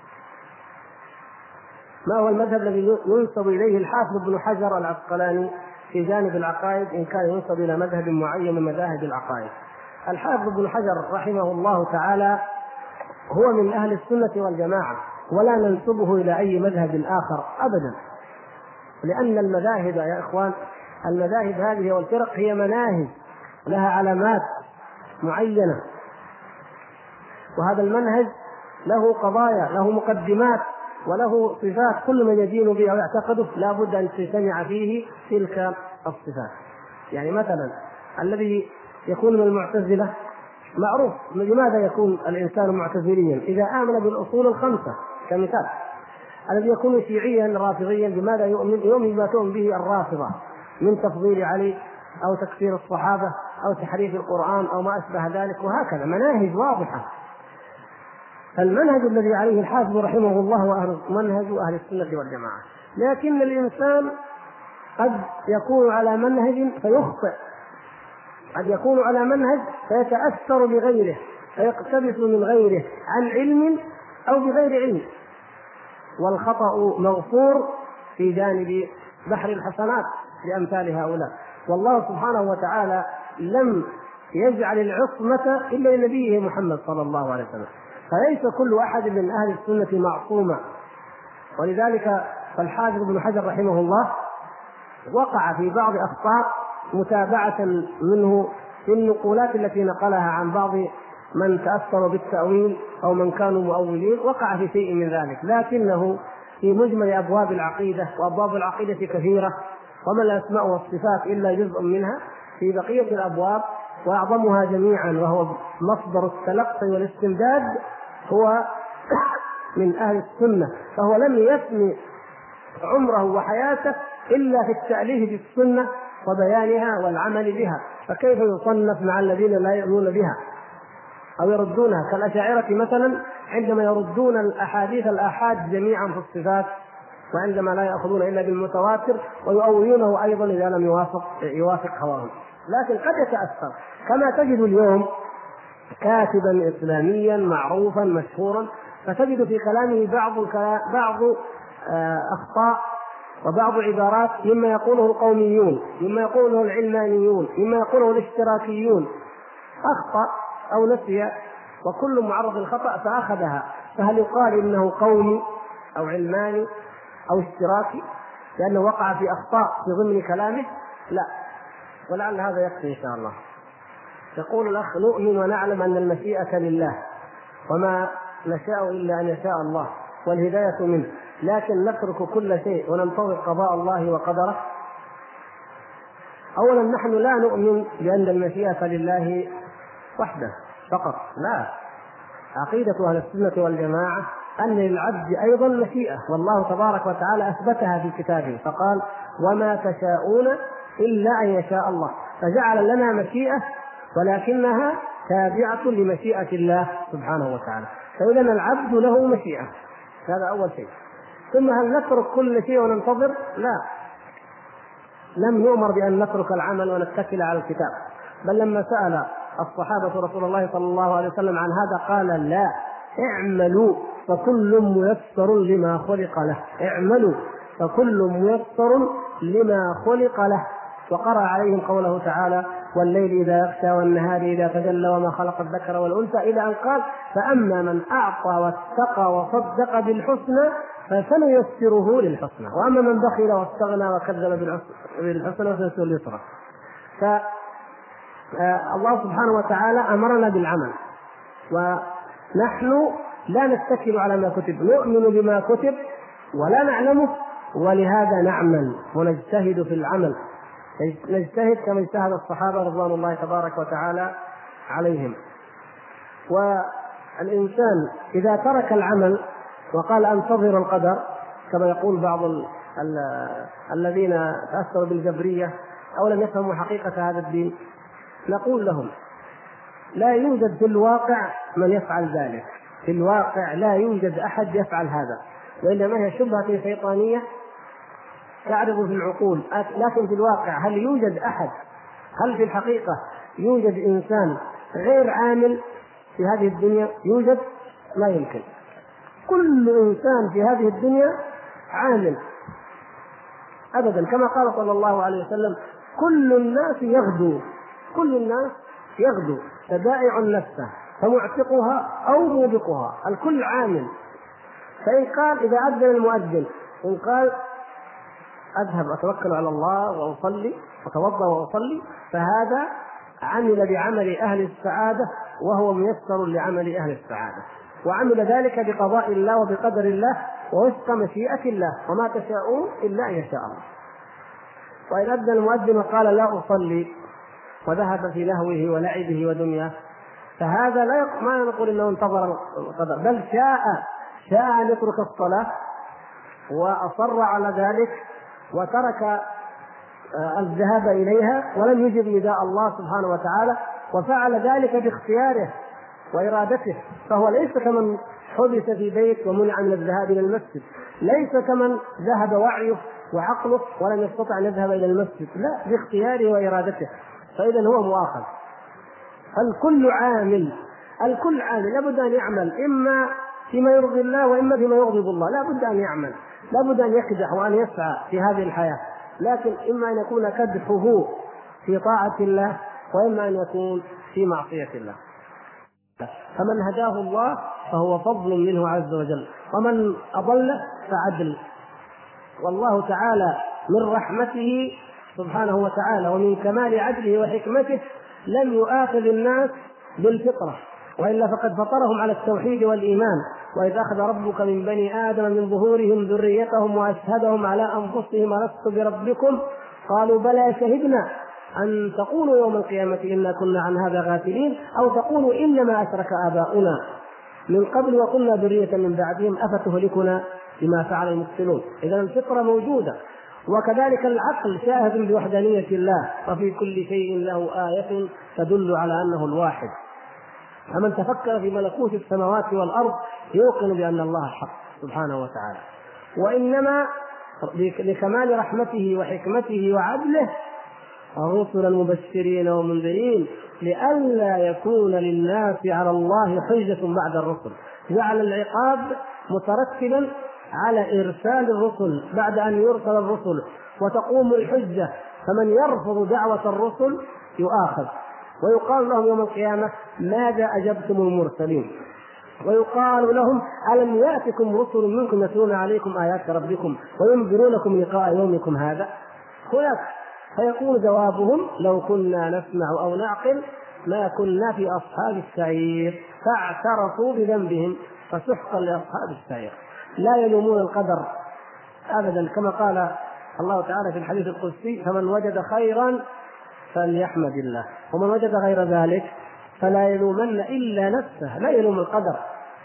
ما هو المذهب الذي ينسب إليه الحافظ ابن حجر العسقلاني في جانب العقائد، إن كان ينسب إلى مذهب معين من مذاهب العقائد؟ الحافظ ابن حجر رحمه الله تعالى هو من أهل السنة والجماعة، ولا ننسبه إلى أي مذهب آخر أبدا، لأن المذاهب يا إخوان، المذاهب هذه والفرق هي مناهج لها علامات معينة، وهذا المنهج له قضايا، له مقدمات، وله صفات، كل من يدين به أو يعتقده لا بد أن تجتمع فيه تلك الصفات. يعني مثلا الذي يكون من المعتزلة معروف لماذا يكون الإنسان معتزليا إذا آمن بالأصول الخمسة كمثال. الذي يكون شيعيا رافضيا لماذا يؤمن بما تؤمن به الرافضة من تفضيل علي أو تكفير الصحابة أو تحريف القرآن أو ما أشبه ذلك، وهكذا مناهج واضحة. المنهج الذي عليه الحافظ رحمه الله منهج أهل السنة والجماعة، لكن الإنسان قد يكون على منهج فيخطئ، قد يكون على منهج فيتأثر بغيره فيقتبس من غيره عن علم أو بغير علم، والخطأ مغفور في جانب بحر الحسنات لأمثال هؤلاء. والله سبحانه وتعالى لم يجعل العصمة إلا لنبيه محمد صلى الله عليه وسلم، فليس كل أحد من أهل السنة معصوما. ولذلك فالحافظ ابن حجر رحمه الله وقع في بعض أخطاء متابعة منه في النقولات التي نقلها عن بعض من تأثروا بالتأويل أو من كانوا مؤولين، وقع في شيء من ذلك، لكنه في مجمل أبواب العقيدة، وأبواب العقيدة كثيرة وما الأسماء والصفات إلا جزء منها، في بقية الأبواب وأعظمها جميعا وهو مصدر التلقي والاستمداد هو من أهل السنة، فهو لم يفني عمره وحياته إلا في التأليف بالسنة وبيانها والعمل بها، فكيف يصنف مع الذين لا يؤمنون بها أو يردونها كالأشاعرة مثلا عندما يردون الآحاد جميعا في الصفات، وعندما لا يأخذون إلا بالمتواتر ويؤولونه أيضا إذا لم يوافق هواهم. لكن قد يتأثر، كما تجد اليوم كاتبا إسلاميا معروفا مشهورا فتجد في كلامه بعض أخطاء وبعض عبارات مما يقوله القوميون، مما يقوله العلمانيون، مما يقوله الاشتراكيون، أخطأ أو نسي، وكل معرض الخطأ فأخذها، فهل يقال إنه قومي أو علماني أو اشتراكي لأنه وقع في أخطاء في ضمن كلامه؟ لا، ولعل هذا يكفي إن شاء الله. يقول الأخ: نؤمن ونعلم أن المشيئة لله وما نشاء إلا أن يشاء الله والهداية منه، لكن نترك كل شيء وننتظر قضاء الله وقدره. أولا نحن لا نؤمن بأن المشيئة لله وحده فقط، لا، عقيدة أهل السنة والجماعة أن للعبد أيضا مشيئة، والله تبارك وتعالى أثبتها في كتابه فقال: وما تشاءون إلا أن يشاء الله، فجعل لنا مشيئة ولكنها تابعة لمشيئة الله سبحانه وتعالى، فإذا العبد له مشيئة، هذا أول شيء. ثم هل نترك كل شيء وننتظر؟ لا، لم نؤمر بأن نترك العمل ونتكل على الكتاب، بل لما سأل الصحابة رسول الله صلى الله عليه وسلم عن هذا قال: لا، اعملوا فكل ميسر لما خلق له، اعملوا فكل ميسر لما خلق له. وقرأ عليهم قوله تعالى: والليل إذا يغشى والنهار إذا تجلى وما خلق الذكر والأنثى، إلى أن قال: فأما من أعطى واتقى وصدق بالحسنى فسنيسره للحسنى، وأما من بخل واستغنى وكذب بالحسنى فسنيسره لليسرى. فالله سبحانه وتعالى أمرنا بالعمل، ونحن لا نتكل على ما كتب، نؤمن بما كتب ولا نعلمه، ولهذا نعمل ونجتهد في العمل، نجتهد كما اجتهد الصحابة رضوان الله تبارك وتعالى عليهم. والإنسان إذا ترك العمل وقال أنتظر القدر كما يقول بعض الذين تأثروا بالجبرية أو لم يفهموا حقيقة هذا الدين، نقول لهم: لا يوجد في الواقع من يفعل ذلك، في الواقع لا يوجد أحد يفعل هذا، وإنما هي شبهة شيطانية تعرض في العقول. لكن في الواقع هل يوجد أحد، هل في الحقيقة يوجد إنسان غير عامل في هذه الدنيا؟ يوجد؟ لا يمكن. كل إنسان في هذه الدنيا عامل أبدا، كما قال صلى الله عليه وسلم: كل الناس يغدو، كل الناس يغدو فبائع نفسه فمعتقها أو موبقها، الكل عامل. فإن قال إذا أذن المؤذن إن قال أذهب أتوكل على الله وأصلي وأتوضأ وأصلي، فهذا عمل بعمل أهل السعادة وهو ميسر لعمل أهل السعادة، وعمل ذلك بقضاء الله وبقدر الله ووفق مشيئة الله، وما تشاءون إلا أن يشاء الله. وإن أذن المؤذن وقال لا أصلي وذهب في لهوه ولعبه ودنياه، فهذا ما نقول إنه انتظر القدر، بل شاء أن يترك الصلاة وأصر على ذلك وترك الذهاب إليها ولم يجب نداء الله سبحانه وتعالى، وفعل ذلك باختياره وإرادته، فهو ليس كمن حبس في بيت ومنع من الذهاب إلى المسجد، ليس كمن ذهب وعيه وعقله ولم يستطع أن يذهب إلى المسجد، لا، باختياره وإرادته، فإذا هو مؤاخذ. الكل عامل لابد أن يعمل، إما فيما يرضي الله وإما فيما يغضب الله، لابد أن يعمل، لابد أن يكدح وأن يسعى في هذه الحياة، لكن إما أن يكون كدحه في طاعة الله وإما أن يكون في معصية الله. فمن هداه الله فهو فضل منه عز وجل، ومن أضل فعدل. والله تعالى من رحمته سبحانه وتعالى ومن كمال عدله وحكمته لم يؤاخذ الناس بالفطرة، وإلا فقد فطرهم على التوحيد والإيمان. وإذ أخذ ربك من بني آدم من ظهورهم ذريتهم وأشهدهم على أنفسهم ألست بربكم قالوا بلى شهدنا أن تقولوا يوم القيامة إنا كنا عن هذا غافلين أو تقولوا إنما أشرك آباؤنا من قبل وكنا ذرية من بعدهم أفتهلكنا بما فعل المبطلون. إذا الفطرة موجودة، وكذلك العقل شاهد بوحدانية الله، وفي كل شيء له آية تدل على أنه الواحد. فمن تفكر في ملكوت السماوات والأرض يوقن بأن الله حق سبحانه وتعالى، وإنما لكمال رحمته وحكمته وعدله رسلا مبشرين ومنذرين لئلا يكون للناس على الله حجة بعد الرسل، جعل العقاب مترتبا على إرسال الرسل بعد أن يرسل الرسل وتقوم الحجة، فمن يرفض دعوة الرسل يؤاخذ، ويقال لهم يوم القيامة ماذا أجبتم المرسلين، ويقال لهم ألم يأتكم رسل منكم يتلون عليكم آيات ربكم وينذرونكم لقاء يومكم هذا هناك، فيقول جوابهم لو كنا نسمع أو نعقل ما كنا في أصحاب السعير فاعترفوا بذنبهم فسحقا لأصحاب السعير. لا يلومون القدر أبدا، كما قال الله تعالى في الحديث القدسي فمن وجد خيرا فليحمد الله ومن وجد غير ذلك فلا يلومن إلا نفسه، لا يلوم القدر،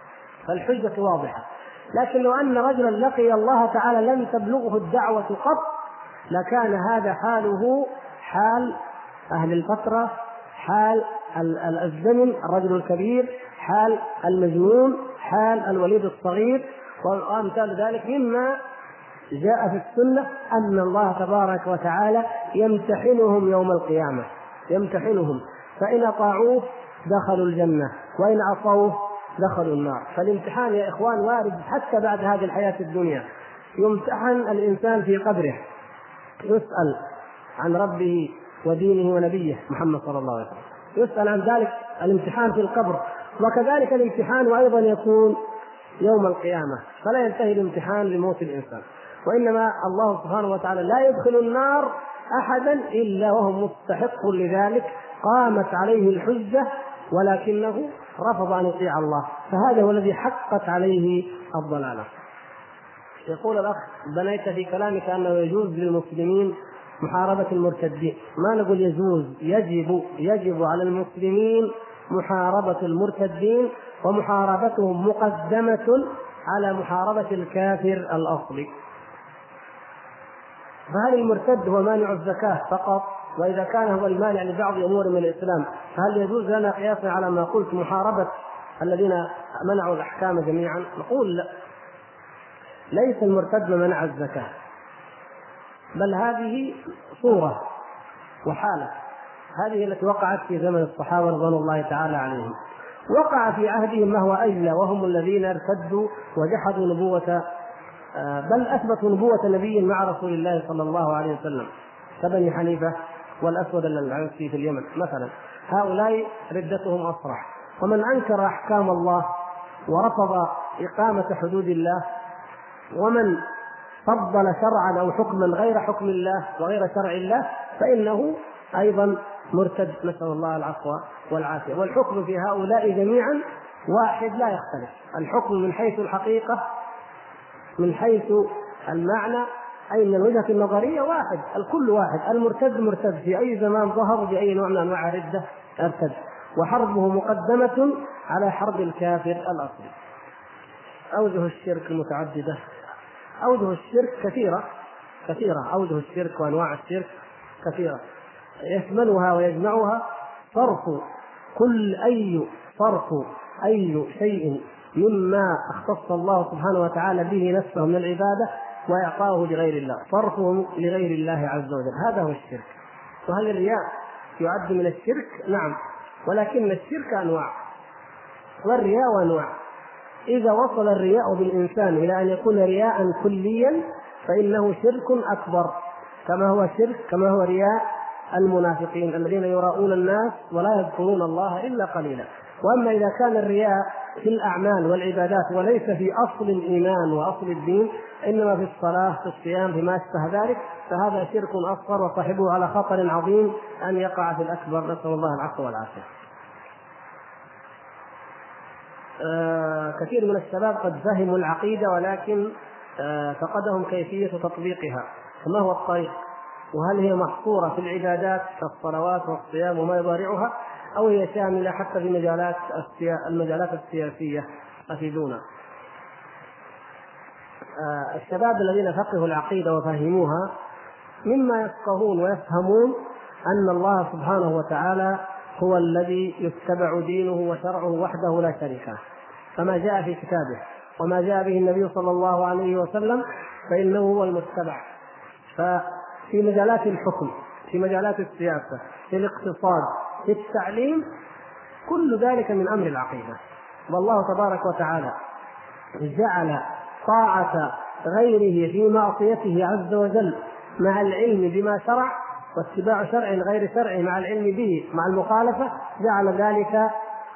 فالحجة واضحة. لكن لو أن رجلا لقي الله تعالى لم تبلغه الدعوة قط لكان هذا حاله حال أهل الفترة، حال الزمن الرجل الكبير، حال المجنون، حال الوليد الصغير وأمثال ذلك، مما جاء في السنة أن الله تبارك وتعالى يمتحنهم يوم القيامة، يمتحنهم، فإن أطاعوه دخلوا الجنة وإن عصوه دخلوا النار. فالامتحان يا إخوان وارد حتى بعد هذه الحياة الدنيا، يمتحن الإنسان في قبره، يسأل عن ربه ودينه ونبيه محمد صلى الله عليه وسلم، يسأل عن ذلك الامتحان في القبر، وكذلك الامتحان أيضا يكون يوم القيامة، فلا ينتهي الامتحان لموت الإنسان، وإنما الله سبحانه وتعالى لا يدخل النار أحدا إلا وهو مستحق لذلك، قامت عليه الحجة ولكنه رفض أن يطيع الله، فهذا هو الذي حقت عليه الضلالة. يقول الأخ بنيت في كلامك أنه يجوز للمسلمين محاربة المرتدين، ما نقول يجوز، يجب على المسلمين محاربة المرتدين، ومحاربتهم مقدمة على محاربة الكافر الأصلي. فهل المرتد هو مانع الزكاة فقط؟ وإذا كان هو المانع لبعض أمور من الإسلام فهل يجوز لنا قياسا على ما قلت محاربة الذين منعوا الأحكام جميعا؟ نقول لا، ليس المرتد من منع الزكاة، بل هذه صورة وحالة، هذه التي وقعت في زمن الصحابة رضوان الله تعالى عليهم، وقع في عهدهم ما هو أجلى، وهم الذين ارتدوا وجحدوا نبوة، بل أثبتوا نبوة نبي مع رسول الله صلى الله عليه وسلم كبني حنيفة والأسود العنسي في اليمن مثلا، هؤلاء ردتهم أصرح. ومن أنكر أحكام الله ورفض إقامة حدود الله، ومن فضل شرعا أو حكما غير حكم الله وغير شرع الله فإنه أيضا مرتد، نسأل الله العفو والعافية. والحكم في هؤلاء جميعا واحد لا يختلف، الحكم من حيث الحقيقة من حيث المعنى أي من الوجهة النظرية واحد، الكل واحد، المرتد مرتد في أي زمان ظهر بأي نوع من أنواع الردة ارتد، وحربه مقدمة على حرب الكافر الأصلي. أوجه الشرك المتعددة، أوجه الشرك كثيرة، أوجه الشرك وأنواع الشرك كثيرة، يشملها ويجمعها صرف أي شيء مما اختص الله سبحانه وتعالى به نفسه من العبادة وإعطاؤه لغير الله، صرفه لغير الله عز وجل، هذا هو الشرك. وهل الرياء يعد من الشرك؟ نعم، ولكن الشرك أنواع، والرياء أنواع. إذا وصل الرياء بالإنسان إلى أن يكون رياء كليا فإنه شرك أكبر، كما هو رياء المنافقين الذين يراؤون الناس ولا يذكرون الله إلا قليلا. وأما إذا كان الرياء في الأعمال والعبادات وليس في أصل الإيمان وأصل الدين، إنما في الصلاة في الصيام فيما أشبه ذلك، فهذا شرك أصغر وصاحبه على خطر عظيم أن يقع في الأكبر، نسأل الله العفو والعافية. كثير من الشباب قد فهموا العقيدة ولكن فقدهم كيفية تطبيقها، فما هو الطريق؟ وهل هي محصورة في العبادات كالصلوات والصيام وما يضارعها، أو هي شاملة حتى في المجالات السياسية؟ أفيدونا. الشباب الذين فقهوا العقيدة وفهموها مما يفقهون ويفهمون أن الله سبحانه وتعالى هو الذي يتبع دينه وشرعه وحده لا شريك له، فما جاء في كتابه وما جاء به النبي صلى الله عليه وسلم فإنه هو المتبع. ففي مجالات الحكم، في مجالات السياسة، في الاقتصاد، في التعليم، كل ذلك من أمر العقيدة. والله تبارك وتعالى جعل طاعة غيره في معصيته عز وجل مع العلم بما شرع، واتباع شرع غير شرع مع العلم به مع المخالفة، جعل ذلك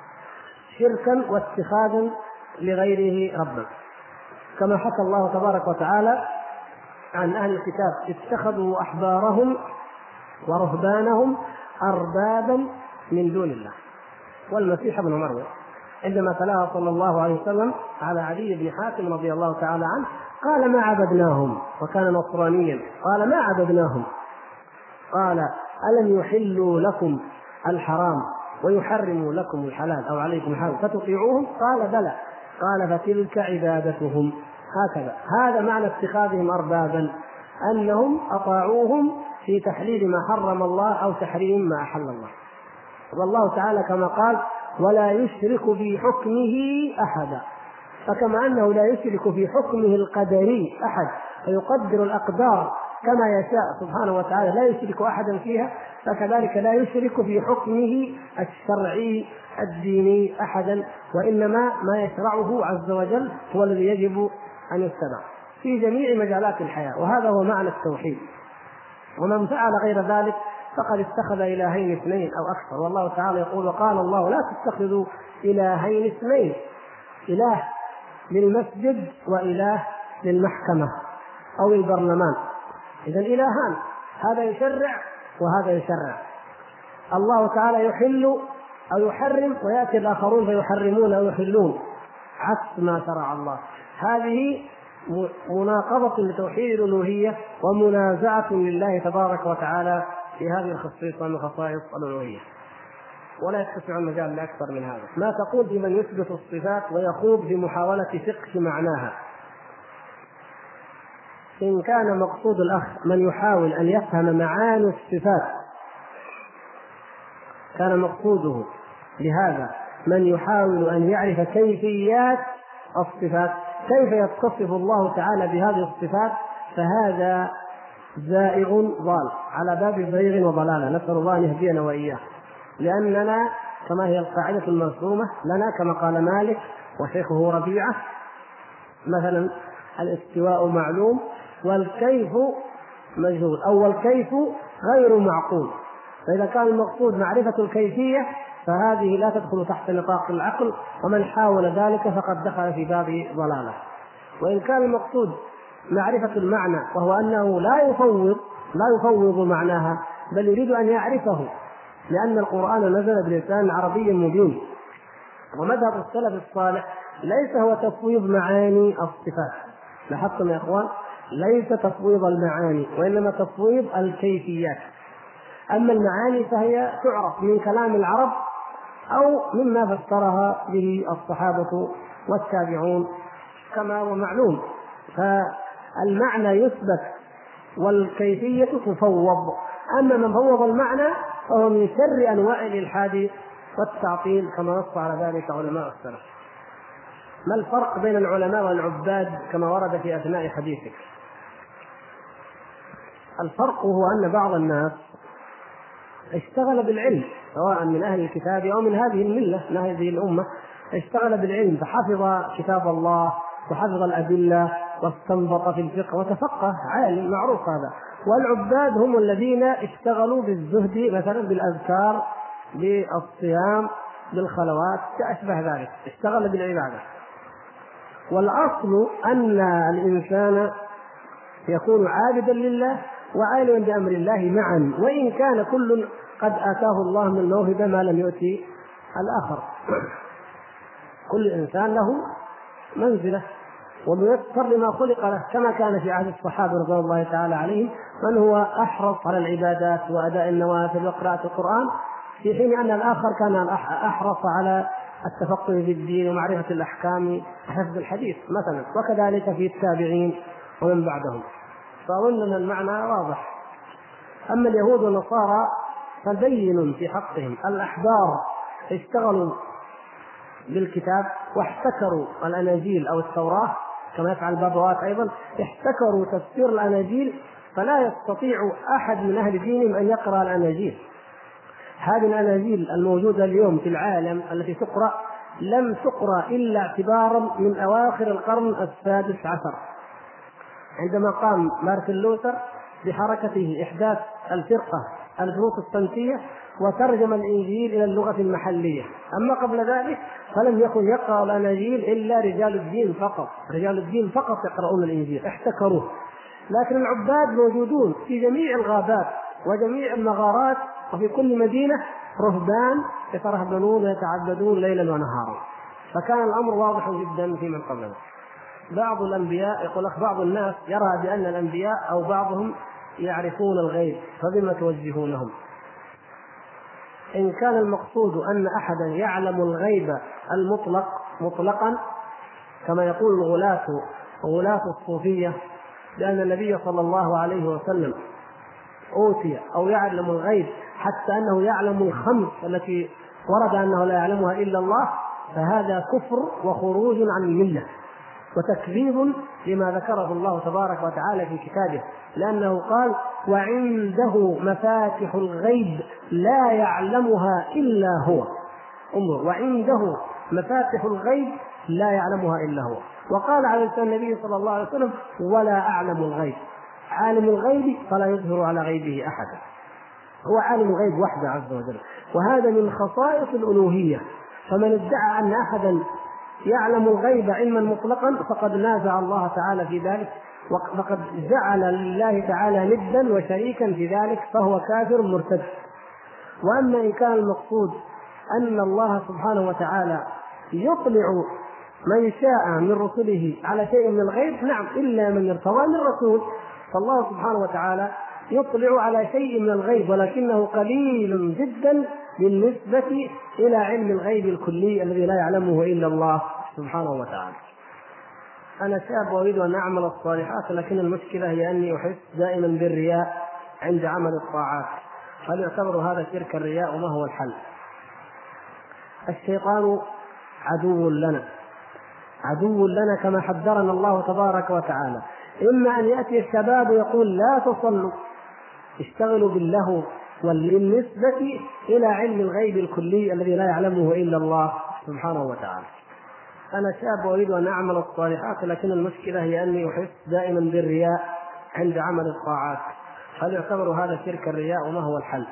شركا واتخاذا لغيره ربا، كما حكى الله تبارك وتعالى عن أهل الكتاب: اتخذوا أحبارهم ورهبانهم أربابا من دون الله. والمسيح ابن مريم عندما تلاها صلى الله عليه وسلم على علي بن حاتم رضي الله تعالى عنه قال: ما عبدناهم، وكان نصرانيا، قال: ما عبدناهم. قال: ألم يحلوا لكم الحرام ويحرموا لكم الحلال أو عليكم الحرام فتطيعوهم؟ قال: بلى. قال: فتلك عبادتهم. هكذا، هذا معنى اتخاذهم أربابا، أنهم أطاعوهم في تحليل ما حرم الله أو تحريم ما أحل الله. والله تعالى كما قال: ولا يشرك في حكمه أحدا. فكما أنه لا يشرك في حكمه القدري أحد فيقدر الأقدار كما يشاء سبحانه وتعالى، لا يشرك أحدا فيها، فكذلك لا يشرك في حكمه الشرعي الديني أحدا، وإنما ما يشرعه عز وجل هو الذي يجب أن يتبع في جميع مجالات الحياة. وهذا هو معنى التوحيد. ومن فعل غير ذلك فقد اتخذ إلهين اثنين أو أكثر. والله تعالى يقول: وقال الله: لا تتخذوا إلهين اثنين، إله للمسجد وإله للمحكمة أو البرلمان. إذن إلهان، هذا يشرع وهذا يشرع. الله تعالى يحل أو يحرم، ويأتي الآخرون فيحرمون أو يحلون عكس ما شرع الله. هذه مناقضة لتوحيد الألوهية ومنازعة لله تبارك وتعالى في هذه الخصيصة من خصائص الألوهية، ولا يتسع المجال لأكثر من هذا. ما تقول في من يثبت الصفات ويخوض في محاولة فقه معناها؟ إن كان مقصود الأخ من يحاول أن يفهم معاني الصفات، كان مقصوده بهذا من يحاول أن يعرف كيفيات الصفات، كيف يتصف الله تعالى بهذه الصفات، فهذا زائغ ضال على باب زيغ وضلالة، نسأل الله أن يهدينا وإياه. لأننا كما هي القاعدة المرسومة لنا كما قال مالك وشيخه ربيعة مثلا: الاستواء معلوم والكيف مجهول، أو الكيف غير معقول. فإذا كان المقصود معرفة الكيفية فهذه لا تدخل تحت نطاق العقل، ومن حاول ذلك فقد دخل في باب ضلالة. وإن كان المقصود معرفة المعنى، وهو أنه لا يفوض معناها، بل يريد أن يعرفه، لأن القرآن نزل بلسان عربي مبين. ومذهب السلف الصالح ليس هو تفويض معاني الصفات، لاحظتم يا إخوان؟ ليس تفويض المعاني، وإنما تفويض الكيفيات. أما المعاني فهي تعرف من كلام العرب أو مما فسرها به الصحابة والتابعون كما هو معلوم، فالمعنى يثبت والكيفية تفوض. أما من فوض المعنى فهو من شر أنواع الإلحاد والتعطيل كما نص على ذلك علماء السلف. ما الفرق بين العلماء والعباد كما ورد في أثناء حديثك؟ الفرق هو أن بعض الناس اشتغل بالعلم، سواء من أهل الكتاب أو من هذه الملة، من هذه الأمة، اشتغل بالعلم فحفظ كتاب الله وحفظ الأدلة واستنبط في الفقه وتفقه، عالم معروف هذا. والعباد هم الذين اشتغلوا بالزهد، مثلا بالأذكار، بالصيام، بالخلوات، كأشبه ذلك، اشتغل بالعبادة. والأصل أن الإنسان يكون عابدا لله وعالما بأمر الله معا، وإن كان كل قد آتاه الله من الموهبة ما لم يؤتي الآخر. كل إنسان له منزلة وميسر لما خلق له، كما كان في عهد الصحابة رضي الله تعالى عليهم من هو أحرص على العبادات وأداء النوافل وقراءة القرآن، في حين أن الآخر كان أحرص على التفقه في الدين ومعرفة الأحكام وحفظ الحديث مثلا، وكذلك في التابعين ومن بعدهم. فأظن أن المعنى واضح. أما اليهود والنصارى فبين في حقهم. الأحبار اشتغلوا بالكتاب واحتكروا الأناجيل أو التوراة، كما يفعل البابوات أيضا، احتكروا تفسير الأناجيل، فلا يستطيع أحد من أهل دينهم أن يقرأ الأناجيل. هذه الأناجيل الموجودة اليوم في العالم التي تقرأ لم تقرأ إلا اعتبارا من أواخر القرن السادس عشر، عندما قام مارتن لوثر بحركته إحداث الفرقة البروتستانتية وترجم الإنجيل إلى اللغة المحلية. أما قبل ذلك فلم يكن يقرأ الأناجيل إلا رجال الدين فقط، رجال الدين فقط يقرؤون الإنجيل، احتكروه. لكن العباد موجودون في جميع الغابات وجميع المغارات وفي كل مدينة، رهبان يترهبنون ويتعبدون ليلا ونهارا. فكان الأمر واضح جدا في من قبلنا. بعض الأنبياء يقول لك بعض الناس يرى بأن الأنبياء أو بعضهم يعرفون الغيب، فبما توجهونهم؟ إن كان المقصود أن أحدا يعلم الغيب المطلق مطلقا كما يقول غلاة الصوفية بأن النبي صلى الله عليه وسلم أوتي أو يعلم الغيب حتى أنه يعلم الخمس التي ورد أنه لا يعلمها إلا الله، فهذا كفر وخروج عن الملة وتكذيب لما ذكره الله تبارك وتعالى في كتابه، لأنه قال وعنده مفاتح الغيب لا يعلمها إلا هو. وعنده مفاتح الغيب لا يعلمها إلا هو. وقال على لسان النبي صلى الله عليه وسلم ولا أعلم الغيب، عالم الغيب فلا يظهر على غيبه أحدا، هو عالم الغيب وحده عز وجل، وهذا من خصائص الألوهية. فمن ادعى أن أحدا يعلم الغيب علما مطلقا فقد نازع الله تعالى في ذلك، وقد جعل لله تعالى ندا وشريكا في ذلك، فهو كافر مرتد. وأما إن كان المقصود أن الله سبحانه وتعالى يطلع من شاء من رسله على شيء من الغيب، نعم، إلا من ارتضى من رسول، فالله سبحانه وتعالى يطلع على شيء من الغيب، ولكنه قليل جدا بالنسبة إلى علم الغيب الكلي الذي لا يعلمه إلا الله سبحانه وتعالى. أنا شاب أريد أن أعمل الصالحات، لكن المشكلة هي أني أحس دائما بالرياء عند عمل الطاعات، هل يعتبر هذا شرك الرياء وما هو الحل؟ الشيطان عدو لنا كما حذرنا الله تبارك وتعالى. إما أن يأتي الشباب يقول لا تصلوا، اشتغلوا باللهو والنسبة إلى علم الغيب الكلي الذي لا يعلمه إلا الله سبحانه وتعالى. أنا شاب أريد أن أعمل الصالحات، لكن المشكلة هي أني أحس دائما بالرياء عند عمل الطاعات، هل يعتبر هذا شرك الرياء وما هو الحل؟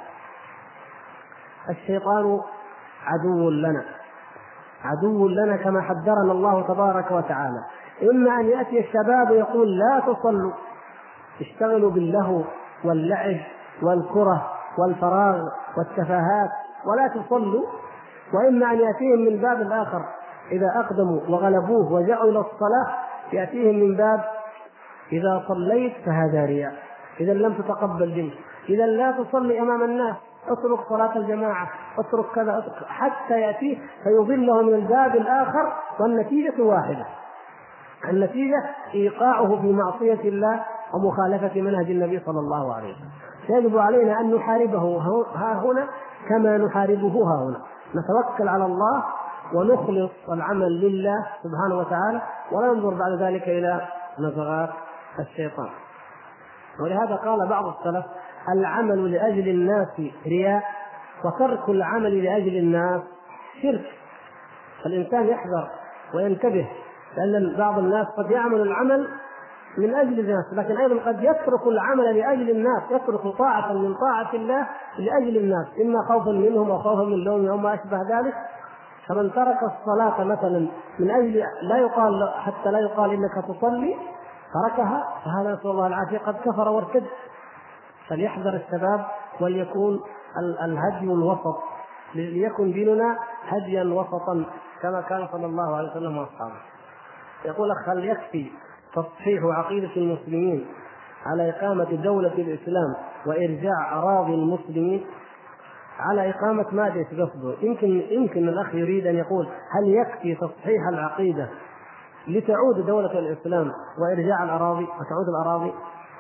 الشيطان عدو لنا كما حذرنا الله تبارك وتعالى. إما أن يأتي الشباب ويقول لا تصلوا، اشتغلوا باللهو واللعب والكرة والفراغ والتفاهات ولا تصلوا. وإما أن يأتيهم من باب الآخر إذا أقدموا وغلبوه وجاءوا إلى الصلاة، يأتيهم من باب إذا صليت فهذا رياء، إذا لم تتقبل منه، إذا لا تصلي أمام الناس، اترك صلاة الجماعة، اترك كذا، اترك، حتى يأتيه فيضله من الباب الآخر، والنتيجة واحدة، النتيجة إيقاعه في معصية الله ومخالفة منهج النبي صلى الله عليه وسلم. يجب علينا أن نحاربه ها هنا كما نحاربه ها هنا، نتوكل على الله ونخلص العمل لله سبحانه وتعالى، ولا ننظر بعد ذلك إلى نزغات الشيطان. ولهذا قال بعض السلف: العمل لأجل الناس رياء، وترك العمل لأجل الناس شرك. فالإنسان يحذر وينتبه، لأن بعض الناس قد يعمل العمل من أجل الناس، لكن أيضا قد يترك العمل لأجل الناس، يترك طاعة من طاعة الله لأجل الناس، إما خوفا منهم أو خوفا من لومهم أو ما أشبه ذلك. فمن ترك الصلاة مثلا من أجل لا يقال، حتى لا يقال إنك تصلي، تركها، فهذا نسأل الله العافية قد كفر وارتد. فليحذر الشباب وليكون الهدي الوسط، ليكن ديننا هديا وسطا كما كان صلى الله عليه وسلم واصحابه. يقول: هل يكفي تصحيح عقيدة المسلمين على إقامة دولة الإسلام وإرجاع أراضي المسلمين؟ على إقامة ماذا قصده؟ يمكن الأخ يريد أن يقول: هل يكفي تصحيح العقيدة لتعود دولة الإسلام وإرجاع الأراضي وتعود الأراضي؟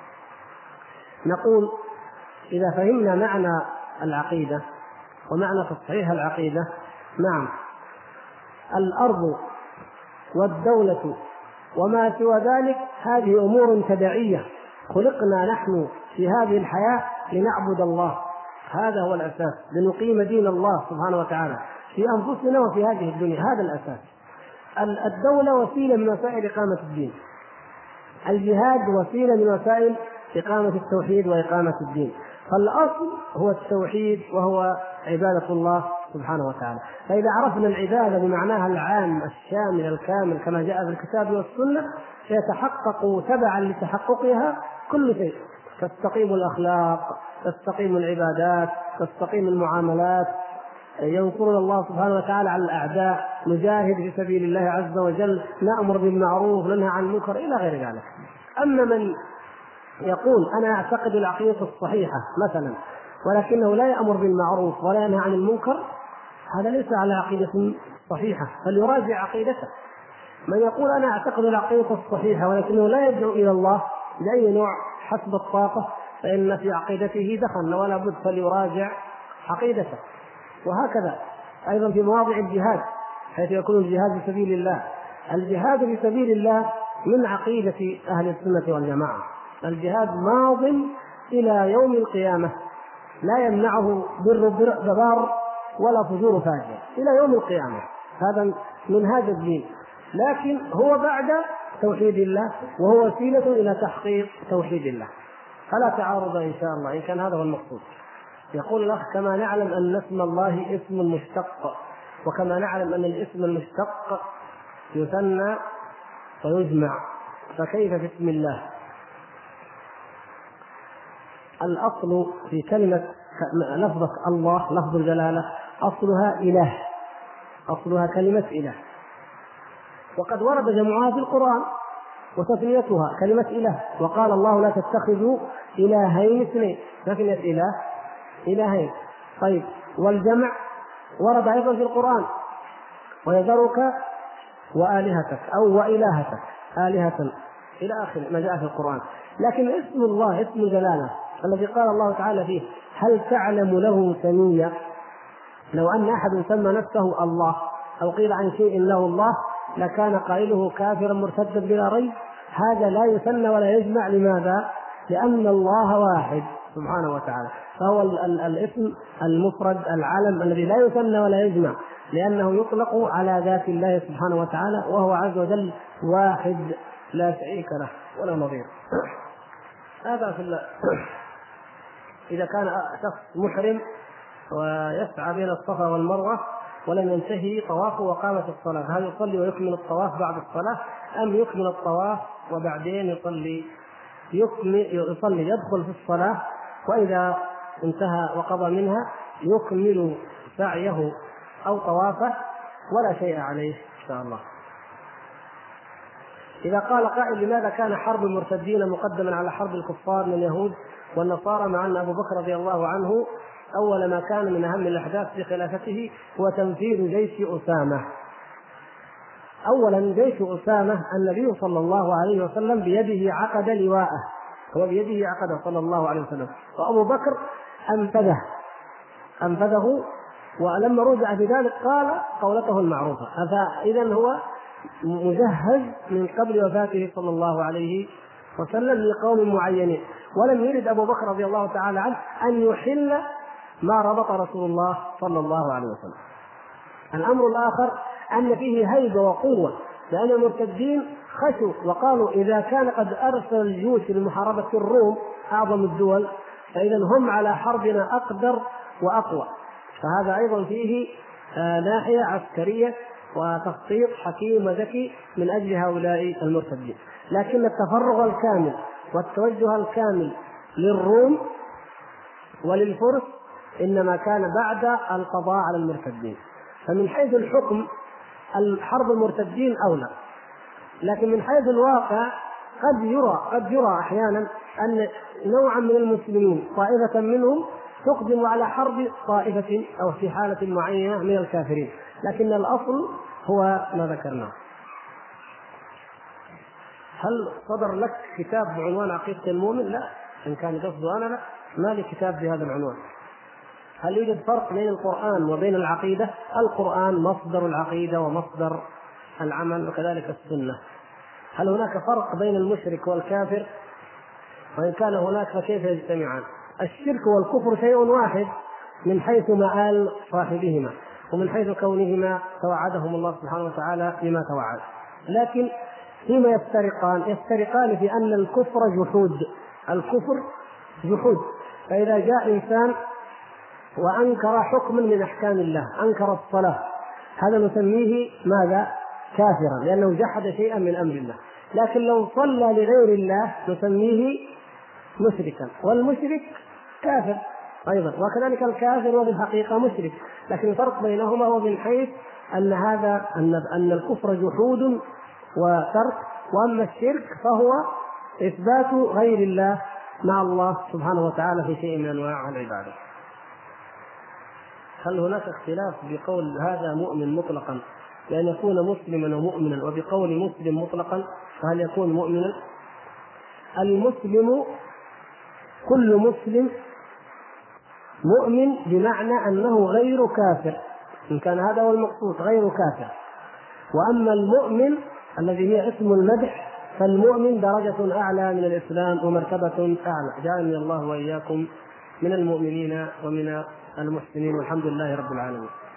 نقول: إذا فهمنا معنى العقيدة ومعنى تصحيح العقيدة، نعم، الأرض والدولة وما سوى ذلك هذه أمور تبعية، خلقنا نحن في هذه الحياة لنعبد الله، هذا هو الأساس، لنقيم دين الله سبحانه وتعالى في أنفسنا وفي هذه الدنيا، هذا الأساس. الدولة وسيلة من وسائل إقامة الدين، الجهاد وسيلة من وسائل إقامة التوحيد وإقامة الدين، فالأصل هو التوحيد وهو عبادة الله سبحانه وتعالى. فإذا عرفنا العبادة بمعناها العام الشامل الكامل كما جاء في الكتاب والسنة، سيتحقق تبعا لتحققها كل شيء، تستقيم الأخلاق، تستقيم العبادات، تستقيم المعاملات، ينصرنا الله سبحانه وتعالى على الأعداء، نجاهد في سبيل الله عز وجل، نأمر بالمعروف، ننهى عن المنكر، إلى غير ذلك. أما من يقول: أنا أعتقد العقيدة الصحيحة مثلا ولكنه لا يأمر بالمعروف ولا ينهى عن المنكر، هذا ليس على عقيدة صحيحة، فليراجع عقيدته. من يقول: أنا أعتقد العقيدة الصحيحة ولكنه لا يدعو إلى الله بأي نوع حسب الطاقة، فإن في عقيدته دخل ولا بد، فليراجع عقيدته. وهكذا أيضا في مواضع الجهاد، حيث يكون الجهاد في سبيل الله. الجهاد في سبيل الله من عقيدة أهل السنة والجماعة، الجهاد ماض إلى يوم القيامة، لا يمنعه بر ولا فجور فاجر إلى يوم القيامة، هذا من هذا الدين، لكن هو بعد توحيد الله وهو وسيلة إلى تحقيق توحيد الله، فلا تعارض إن شاء الله إن كان هذا هو المقصود. يقول الأخ: كما نعلم أن اسم الله اسم مشتق، وكما نعلم أن الاسم المشتق يثنى ويجمع، فكيف في اسم الله؟ الأصل في كلمة لفظة الله، لفظ الجلالة، أصلها إله، أصلها كلمة إله، وقد ورد جمعها في القرآن وتثنيتها كلمة إله، وقال الله: لا تتخذوا إلهين اثنين، تثنية إله إلهين. طيب، والجمع ورد أيضا في القرآن: ويذرك وآلهتك أو وإلهتك، آلهة إلى آخر ما جاء في القرآن. لكن اسم الله اسم جلالة الذي قال الله تعالى فيه: هل تعلم له سميا؟ لو أن أحد سمى نفسه الله أو قيل عن شيء له الله لكان قائله كافرا مرتدا بلا ريب. هذا لا يثنى ولا يجمع، لماذا؟ لأن الله واحد سبحانه وتعالى، فهو الاسم المفرد العلم الذي لا يثنى ولا يجمع، لأنه يطلق على ذات الله سبحانه وتعالى، وهو عز وجل واحد لا شريك له ولا نظير. هذا في إذا كان شخص محرم ويسعى بين الصفا والمروة ولم ينتهي طوافه وقامت الصلاة، هل يصلي ويكمل الطواف بعد الصلاة أم يكمل الطواف وبعدين يصلي يدخل في الصلاة، وإذا انتهى وقضى منها يكمل سعيه أو طوافه ولا شيء عليه إن شاء الله. إذا قال قائل لماذا كان حرب المرتدين مقدما على حرب الكفار من اليهود والنصارى، مع أن أبو بكر رضي الله عنه أول ما كان من أهم الأحداث في خلافته هو تنفيذ جيش أسامة. أولا جيش أسامة النبي صلى الله عليه وسلم بيده عقد لواءه، هو بيده عقده صلى الله عليه وسلم، وأبو بكر أنفذه، ولما رجع بذلك قال قولته المعروفة. فإذا هو مجهز من قبل وفاته صلى الله عليه وسلم لقوم معينين، ولم يرد أبو بكر رضي الله تعالى عنه أن يحل ما ربط رسول الله صلى الله عليه وسلم. الأمر الآخر أن فيه هيبة وقوة، لأن المرتدين خشوا وقالوا إذا كان قد أرسل الجيوش لمحاربة الروم أعظم الدول فإذا هم على حربنا أقدر وأقوى. فهذا أيضا فيه ناحية عسكرية وتخطيط حكيم وذكي من أجل هؤلاء المرتدين. لكن التفرغ الكامل والتوجه الكامل للروم وللفرس إنما كان بعد القضاء على المرتدين. فمن حيث الحكم الحرب المرتدين أولى، لكن من حيث الواقع قد يرى أحيانا أن نوعا من المسلمين طائفة منهم تقدم على حرب طائفة أو في حالة معينة من الكافرين، لكن الأصل هو ما ذكرناه. هل صدر لك كتاب بعنوان عقيدة المؤمن؟ لا، إن كان قصده أنا لا، ما لي كتاب بهذا العنوان. هل يوجد فرق بين القرآن وبين العقيدة؟ القرآن مصدر العقيدة ومصدر العمل، وكذلك السنة. هل هناك فرق بين المشرك والكافر؟ وإن كان هناك فكيف يجتمعان؟ الشرك والكفر شيء واحد من حيث مآل صاحبهما ومن حيث كونهما توعدهم الله سبحانه وتعالى بما توعد، لكن فيما يفترقان في أن الكفر جحود. فإذا جاء إنسان وأنكر حكما من أحكام الله، أنكر الصلاة، هذا نسميه ماذا؟ كافرا، لأنه جحد شيئا من أمر الله. لكن لو صلى لغير الله نسميه مشركا، والمشرك كافر أيضا، وكذلك الكافر وفي الحقيقة مشرك. لكن الفرق بينهما هو من حيث أن الكفر جحود وترك، وأما الشرك فهو إثبات غير الله مع الله سبحانه وتعالى في شيء من أنواع العبادة. هل هناك اختلاف بقول هذا مؤمن مطلقا لأن يكون مسلما ومؤمنا، وبقول مسلم مطلقا فهل يكون مؤمنا؟ المسلم كل مسلم مؤمن بمعنى أنه غير كافر، إن كان هذا هو المقصود غير كافر. وأما المؤمن الذي هي اسم المدح فالمؤمن درجة أعلى من الإسلام ومرتبة أعلى. جعلني الله وإياكم من المؤمنين ومن المحسنين، والحمد لله رب العالمين.